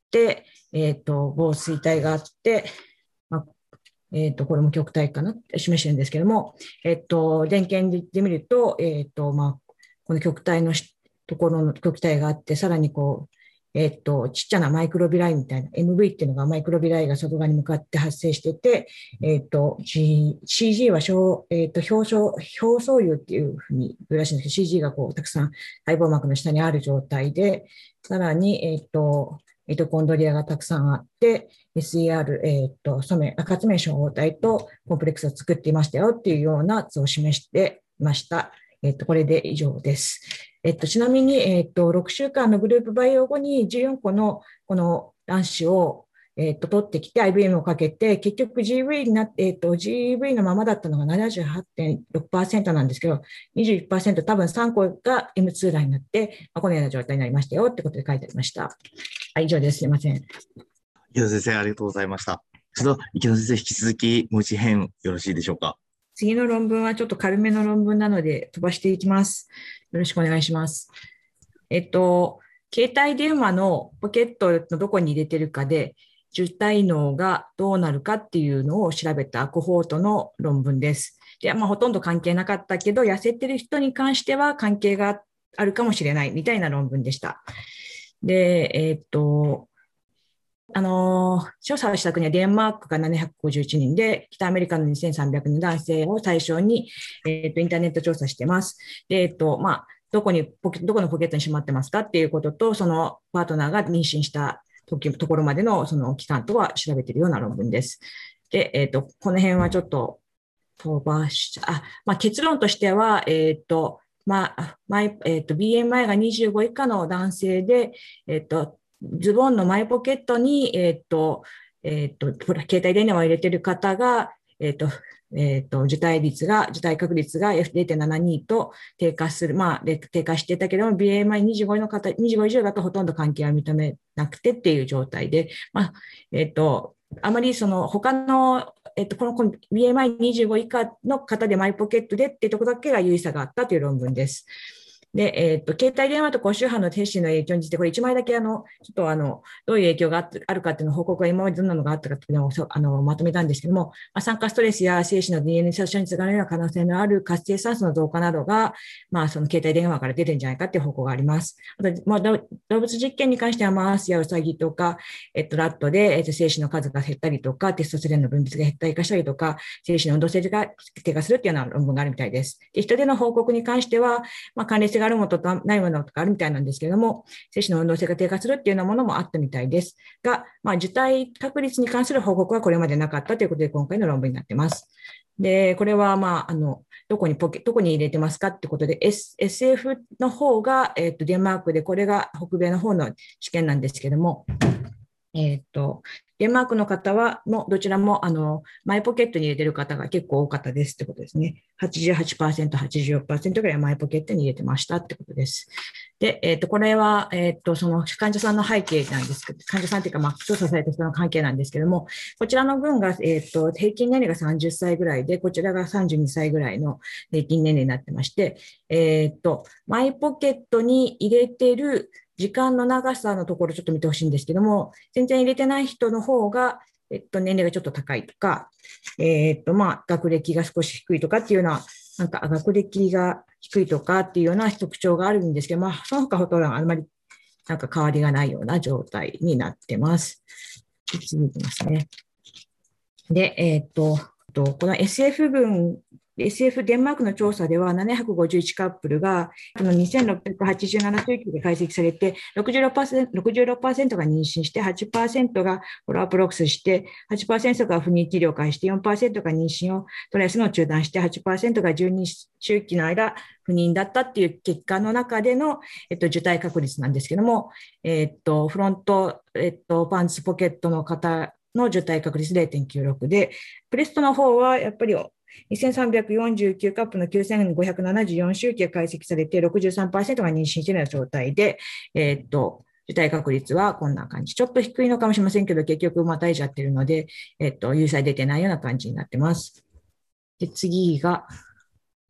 えっと、防水体があって、まあえっと、これも極体かな示してるんですけども、えっと、電源で見ると、えっと、まあ、この極体のところの極体があって、さらにこう、えっと、ちっちゃなマイクロビライみたいな、エムブイ っていうのがマイクロビライが外側に向かって発生してて、えっと、G、シージー は小、えっと、表層、表層油っていうふうに言うらしいんですけど、シージー がこう、たくさん細胞膜の下にある状態で、さらに、えっと、ミトコンドリアがたくさんあって、エスイーアール、えっと、染め、活名小胞体とコンプレックスを作っていましたよっていうような図を示していました。えっと、これで以上です。えっと、ちなみに、えっと、ろくしゅうかんのグループ培養後にじゅうよんこのこの卵子を、えっと、取ってきて アイブイエム をかけて、結局 ジーブイ になって、えっと、ジーブイ のままだったのが ななじゅうはちてんろくパーセント なんですけど、にじゅういちパーセント 多分さんこが エムツー 卵になって、まあ、このような状態になりましたよってことで書いてありました。はい、以上です。すいません。 池田先生、ありがとうございました。それでは、池田先生、引き続き、もう一編よろしいでしょうか。 次の論文はちょっと軽めの論文なので飛ばしていきます。よろしくお願いします。えっと、携帯電話のポケットのどこに入れてるかで、受胎能がどうなるかっていうのを調べたコホートの論文です。で、まあ、ほとんど関係なかったけど、痩せてる人に関しては関係があるかもしれないみたいな論文でした。で、えっと、あの、調査をした国はデンマークがななひゃくごじゅういちにんで、北アメリカのにせんさんびゃくにん男性を対象に、えっと、インターネット調査してます。で、えっと、まあ、どこにポケ、どこのポケットにしまってますかっていうことと、そのパートナーが妊娠した時ところまでのその期間とは調べているような論文です。で、えっと、この辺はちょっと飛ばし、あ、まあ、結論としては、えっと、まあ、まえっと、ビーエムアイ がにじゅうご以下の男性で、えっと、ズボンのマイポケットに、えっと、えっと、携帯電話を入れている方が、えっと、えっと、受胎率が、受胎確率が エフゼロてんななに と低下する、まあ、低下してたけども、ビーエムアイにじゅうご の方、にじゅうご以上だとほとんど関係は認めなくてっていう状態で、まあ、えっと、あまりその他の、えっと、この ビーエムアイにじゅうご 以下の方でマイポケットでっていうところだけが有意差があったという論文です。で、えっと、携帯電話と高周波の停止の影響について、これいちまいだけあの、ちょっとあの、どういう影響があるかっていうの報告が今までどんなのがあったかっていうのをあのまとめたんですけども、まあ、酸化ストレスや精子の ディーエヌエー 殺傷につながるような可能性のある活性酸素の増加などが、まあ、その携帯電話から出てるんじゃないかっていう報告があります。あと、まあ、動物実験に関しては、マウスやウサギとか、えっと、ラットで、えっと、精子の数が減ったりとか、テストステロンの分泌が減ったりしたりとか、精子の運動性が低下するっていうような論文があるみたいです。で、人での報告に関しては、まあ、関連性があるものとないものとかあるみたいなんですけれども、精子の運動性が低下するっていうようなものもあったみたいですが、まあ、受胎確率に関する報告はこれまでなかったということで、今回の論文になっています。で、これは、まあ、あの、どこにポケ、どこに入れてますかってことで、S、エスエフ の方が、えっと、デンマークで、これが北米の方の試験なんですけれども、えっと、デンマークの方は、もどちらも、あの、マイポケットに入れてる方が結構多かったですってことですね。はちじゅうはちパーセント、はちじゅうよんパーセント ぐらいマイポケットに入れてましたってことです。で、えっと、これは、えっと、その患者さんの背景なんですけど、患者さんというか、まあ、調査された人の関係なんですけども、こちらの群が、えっと、平均年齢がさんじゅっさいぐらいで、こちらがさんじゅうにさいぐらいの平均年齢になってまして、えっと、マイポケットに入れてる時間の長さのところちょっと見てほしいんですけども、全然入れてない人の方が、えっと、年齢がちょっと高いとか、えっと、まあ、学歴が少し低いとかっていうような、なんか学歴が低いとかっていうような特徴があるんですけど、まあ、その他ほとんどあんまりなんか変わりがないような状態になってます。次いきますね。で、えっと、この エスエフ 群、エスエフ デンマークの調査ではななひゃくごじゅういちカップルがにせんろっぴゃくはちじゅうなな周期で解析されて ろくじゅうろくパーセント、ろくじゅうろくパーセント が妊娠して はちパーセント がフォローアップロックスして はちパーセント が不妊治療を開始して よんパーセント が妊娠をトライアスの中断して はちパーセント がじゅうに周期の間不妊だったっていう結果の中での、えっと、受胎確率なんですけども、えっと、フロント、えっと、パンツポケットの方の受胎確率 れいてんきゅうろく で、ブレストの方はやっぱりにせんさんびゃくよんじゅうきゅうカップのきゅうせんごひゃくななじゅうよん周期が解析されて ろくじゅうさんパーセント が妊娠しているような状態で、えー、っと、受胎確率はこんな感じ。ちょっと低いのかもしれませんけど、結局またいじゃってるので、えー、っと、有罪出てないような感じになってます。で、次が、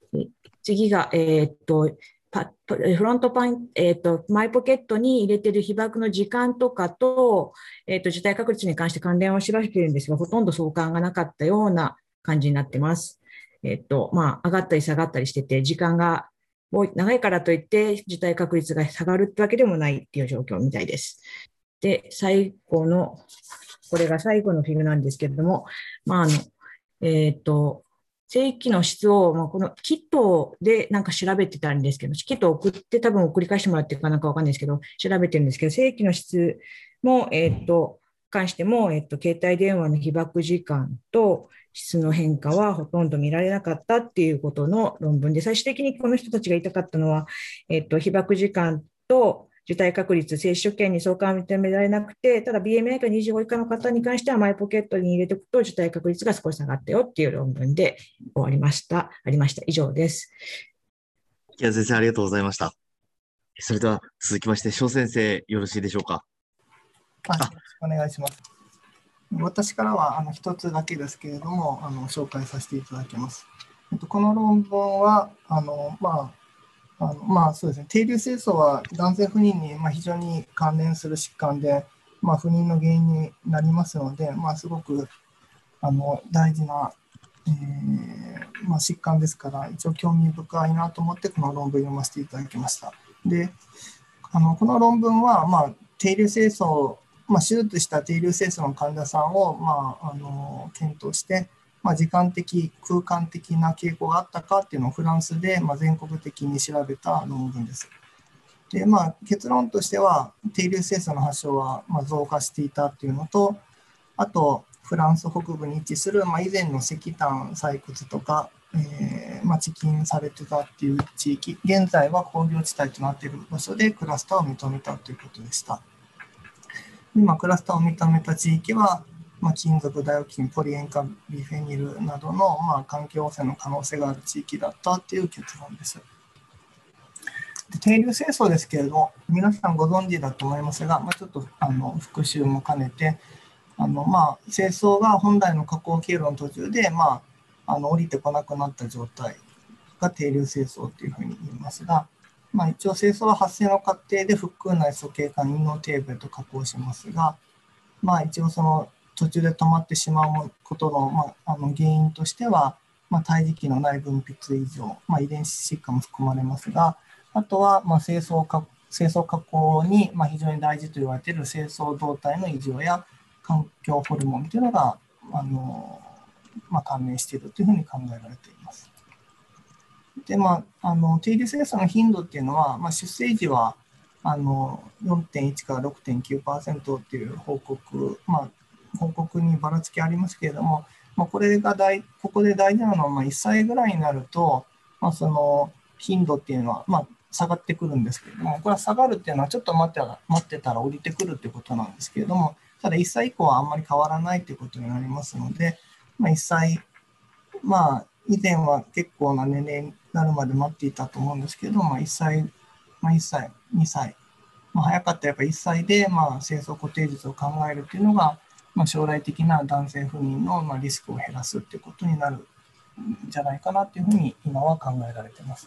次が、えっと、パフロントパン、えっと、マイポケットに入れている被爆の時間とかと、えっと、受胎確率に関して関連を調べているんですが、ほとんど相関がなかったような感じになってます。えっと、まあ、上がったり下がったりしてて、時間が長いからといって、受胎確率が下がるってわけでもないっていう状況みたいです。で、最後の、これが最後のフィルなんですけれども、まあ、あの、えっと、正規の質を、まあ、このキットでなんか調べてたんですけど、キットを送って多分送り返してもらってるかなんかわかんないですけど、調べてるんですけど、正規の質も、えっと、関しても、えっと、携帯電話の被爆時間と質の変化はほとんど見られなかったっていうことの論文で、最終的にこの人たちが言いたかったのは、えっと、被爆時間と受胎確率、接種券に相関は認められなくて、ただ ビーエムアイ がにじゅうご以下の方に関してはマイポケットに入れておくと受胎確率が少し下がったよっていう論文で終わりました。ありました。以上です。 木谷先生、ありがとうございました。それでは続きまして、翔先生、よろしいでしょうか。 はい、よろしくお願いします。私からはあの一つだけですけれども、あの紹介させていただきます。この論文は、あのまああのまあそうですね、低流精巣は男性不妊にまあ非常に関連する疾患で、まあ、不妊の原因になりますので、まあ、すごくあの大事な、えーまあ、疾患ですから、一応興味深いなと思ってこの論文を読ませていただきました。で、あのこの論文は、まあ、低流精巣、まあ、手術した低流精巣の患者さんを、まあ、あの検討して、まあ、時間的、空間的な傾向があったかっていうのをフランスで、まあ、全国的に調べた論文です。で、まあ、結論としては、低流精巣の発症はまあ増加していたっていうのと、あと、フランス北部に位置する、まあ、以前の石炭採掘とか、えーまあ、貯金されてたっていう地域、現在は工業地帯となっている場所でクラスターを認めたということでした。今、クラスターを認めた地域は、まあ、金属、ダイオキン、ポリ塩化ビフェニルなどの、まあ、環境汚染の可能性がある地域だったという結論です。で、低流精巣ですけれども、皆さんご存知だと思いますが、まあ、ちょっとあの復習も兼ねて、あのまあ、精巣が本来の加工経路の途中で、まあ、あの降りてこなくなった状態が低流精巣というふうに言いますが、まあ、一応精巣は発生の過程で腹腔内鼠径管陰嚢底部へと加工しますが、まあ、一応その途中で止まってしまうことの、まあ、あの原因としては、まあ、胎児期の内分泌異常、まあ、遺伝子疾患も含まれますが、あとはまあ精巣加精巣加工にまあ非常に大事と言われている精巣動態の異常や環境ホルモンというのがあの、まあ、関連しているというふうに考えられています。で、まあ、あの低流精巣の頻度っていうのは、まあ、出生時はあの よんてんいち から ろくてんきゅうパーセント っていう報告、まあ、報告にばらつきありますけれども、まあ、これが大ここで大事なのは、まあ、いっさいぐらいになると、まあ、その頻度っていうのは、まあ、下がってくるんですけれども、これは下がるっていうのはちょっと待ってたら、待ってたら降りてくるっていうことなんですけれども、ただいっさい以降はあんまり変わらないということになりますので、まあ、いっさい、まあ、以前は結構な年齢になるまで待っていたと思うんですけど、まあ、いっさい、まあ、いっさい、にさい、まあ、早かったらやっぱいっさいで、まあ、精巣固定術を考えるというのが、まあ、将来的な男性不妊のまあリスクを減らすということになるんじゃないかなというふうに今は考えられています。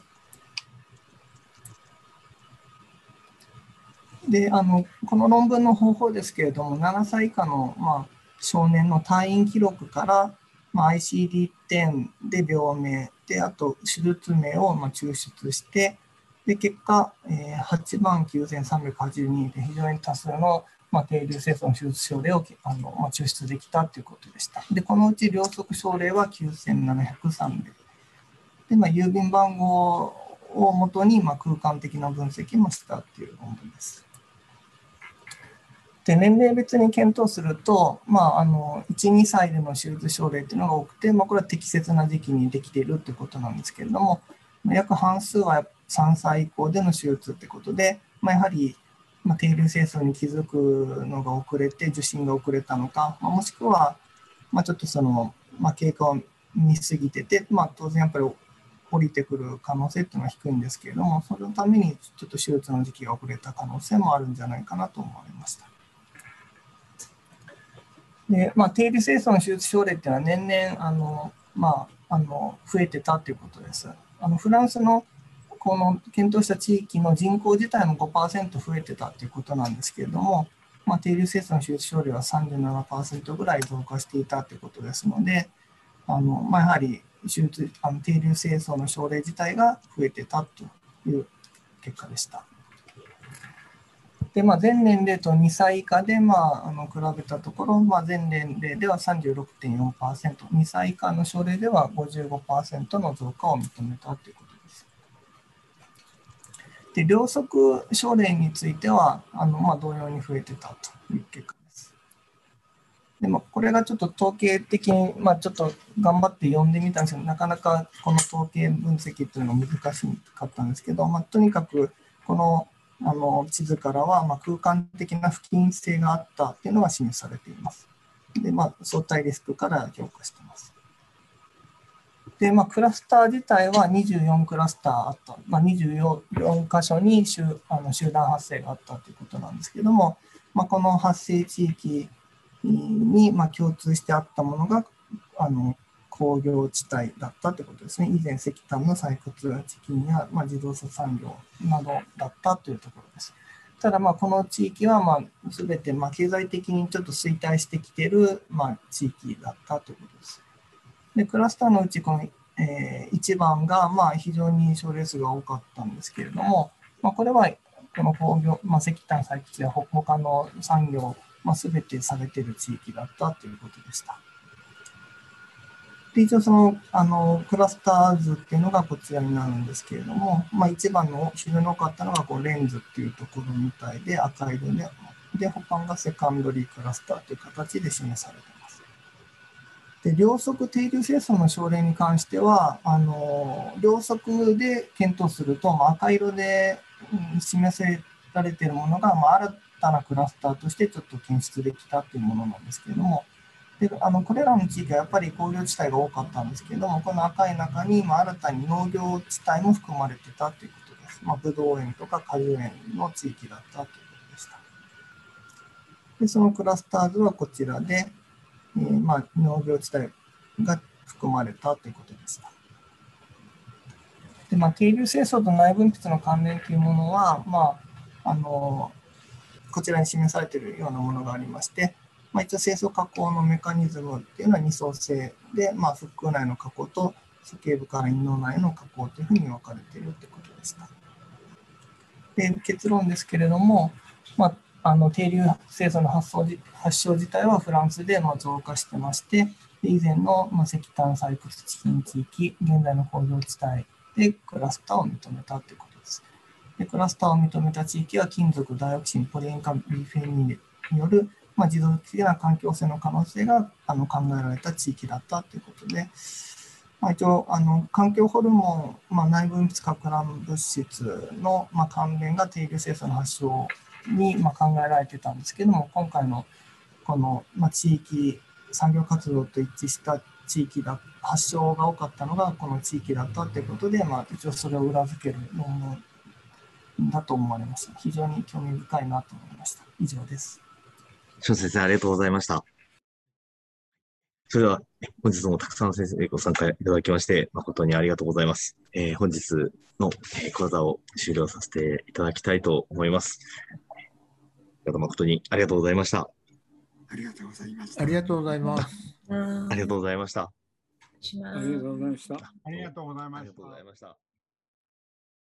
で、あのこの論文の方法ですけれども、ななさい以下の、まあ、少年の退院記録から、まあ、アイシーディーテン で病名で、あと手術名をまあ抽出して、で結果、えー、はちまんきゅうせんさんびゃくはちじゅうにで非常に多数の、まあ、低流精巣の手術症例をあの、まあ、抽出できたということでした。で、このうち両側症例はきゅうせんななひゃくさんれい。で、まあ、郵便番号をもとに、まあ、空間的な分析もしたという論文です。で、年齢別に検討すると、まあ、あのいち、にさいでの手術症例というのが多くて、まあ、これは適切な時期にできているということなんですけれども、約半数はさんさい以降での手術ということで、まあ、やはり、まあ、低流精巣に気づくのが遅れて、受診が遅れたのか、まあ、もしくは、まあ、ちょっとその、まあ、経過を見すぎてて、まあ、当然やっぱり降りてくる可能性というのは低いんですけれども、そのためにちょっと手術の時期が遅れた可能性もあるんじゃないかなと思われました。で、まあ、低流精巣の手術症例っていうのは年々あの、まあ、あの増えてたということです。 あのフランスのこの検討した地域の人口自体も ごパーセント 増えてたということなんですけれども、まあ、低流清楚の手術症例は さんじゅうななパーセント ぐらい増加していたということですので、あのまあ、やはり手術あの低流清楚の症例自体が増えてたという結果でした。でまあ、全年齢とにさい以下で、まあ、あの比べたところ、まあ、全年齢では さんじゅうろくてんよんパーセント、にさい以下の症例では ごじゅうごパーセント の増加を認めたということです。で両側症例についてはあの、まあ、同様に増えてたという結果です。でもこれがちょっと統計的に、まあ、ちょっと頑張って読んでみたんですけど、なかなかこの統計分析というのが難しかったんですけど、まあ、とにかくこのあの地図からは、まあ、空間的な不均性があったというのが示されています。で、まあ、相対リスクから評価しています。で、まあ、クラスター自体はにじゅうよんクラスターあった、まあ、にじゅうよん箇所に集あの集団発生があったということなんですけれども、まあ、この発生地域にまあ共通してあったものがあの工業地帯だったということですね。以前、石炭の採掘地金や、まあ、自動車産業などだったというところです。ただ、まあこの地域はまあ全てまあ経済的にちょっと衰退してきているまあ地域だったということです。で、クラスターのうち、この、えー、いちばんがまあ非常に症例数が多かったんですけれども、まあ、これはこの工業、まあ、石炭採掘や他の産業、まあ、全てされている地域だったということでした。で一応そのあのクラスター図っていうのがこちらになるんですけれども、まあ、一番の非常に多かったのがこうレンズっていうところみたいで赤色で、で他がセカンドリークラスターという形で示されています。で両側低流清楚の症例に関してはあの両側で検討すると、まあ、赤色で、うん、示せられているものが、まあ、新たなクラスターとしてちょっと検出できたというものなんですけれども、であのこれらの地域はやっぱり工業地帯が多かったんですけれども、この赤い中に、まあ、新たに農業地帯も含まれてたということです。まあ、ブドウ園とか果樹園の地域だったということでした。でそのクラスター図はこちらで、えーまあ、農業地帯が含まれたということでした。で、まあ、低流清楚と内分泌の関連というものは、まあ、あのこちらに示されているようなものがありまして、まあ、一応清楚加工のメカニズムっていうのは二層性で、まあ、腹腔内の加工と鼠径部から陰嚢内の加工というふうに分かれているということでした。で結論ですけれども、まあ、あの低流清楚の発症発症自体はフランスでまあ増加してまして、以前のまあ石炭採掘地金地域、現在の工業地帯でクラスターを認めたということです。でクラスターを認めた地域は金属、ダイオキシン、ポリ塩化ビフェニールによるまあ、持続的な環境性の可能性があの考えられた地域だったということで、まあ、一応あの環境ホルモン、まあ、内分泌かく乱物質の、まあ、関連が低流清楚の発症に、まあ、考えられてたんですけども、今回のこの、まあ、地域産業活動と一致した地域だ発症が多かったのがこの地域だったということで、まあ、一応それを裏付ける論文だと思われました。非常に興味深いなと思いました。以上です。 翔先生、ありがとうございました。それでは、本日もたくさんの先生ご参加いただきまして、誠にありがとうございます。えー、本日の講座を終了させていただきたいと思います。誠にありがとうございました。 ありがとうございました。 ありがとうございます。 ありがとうございました。 します。 ありがとうございました。 ありがとうございました。 ありがとうございました。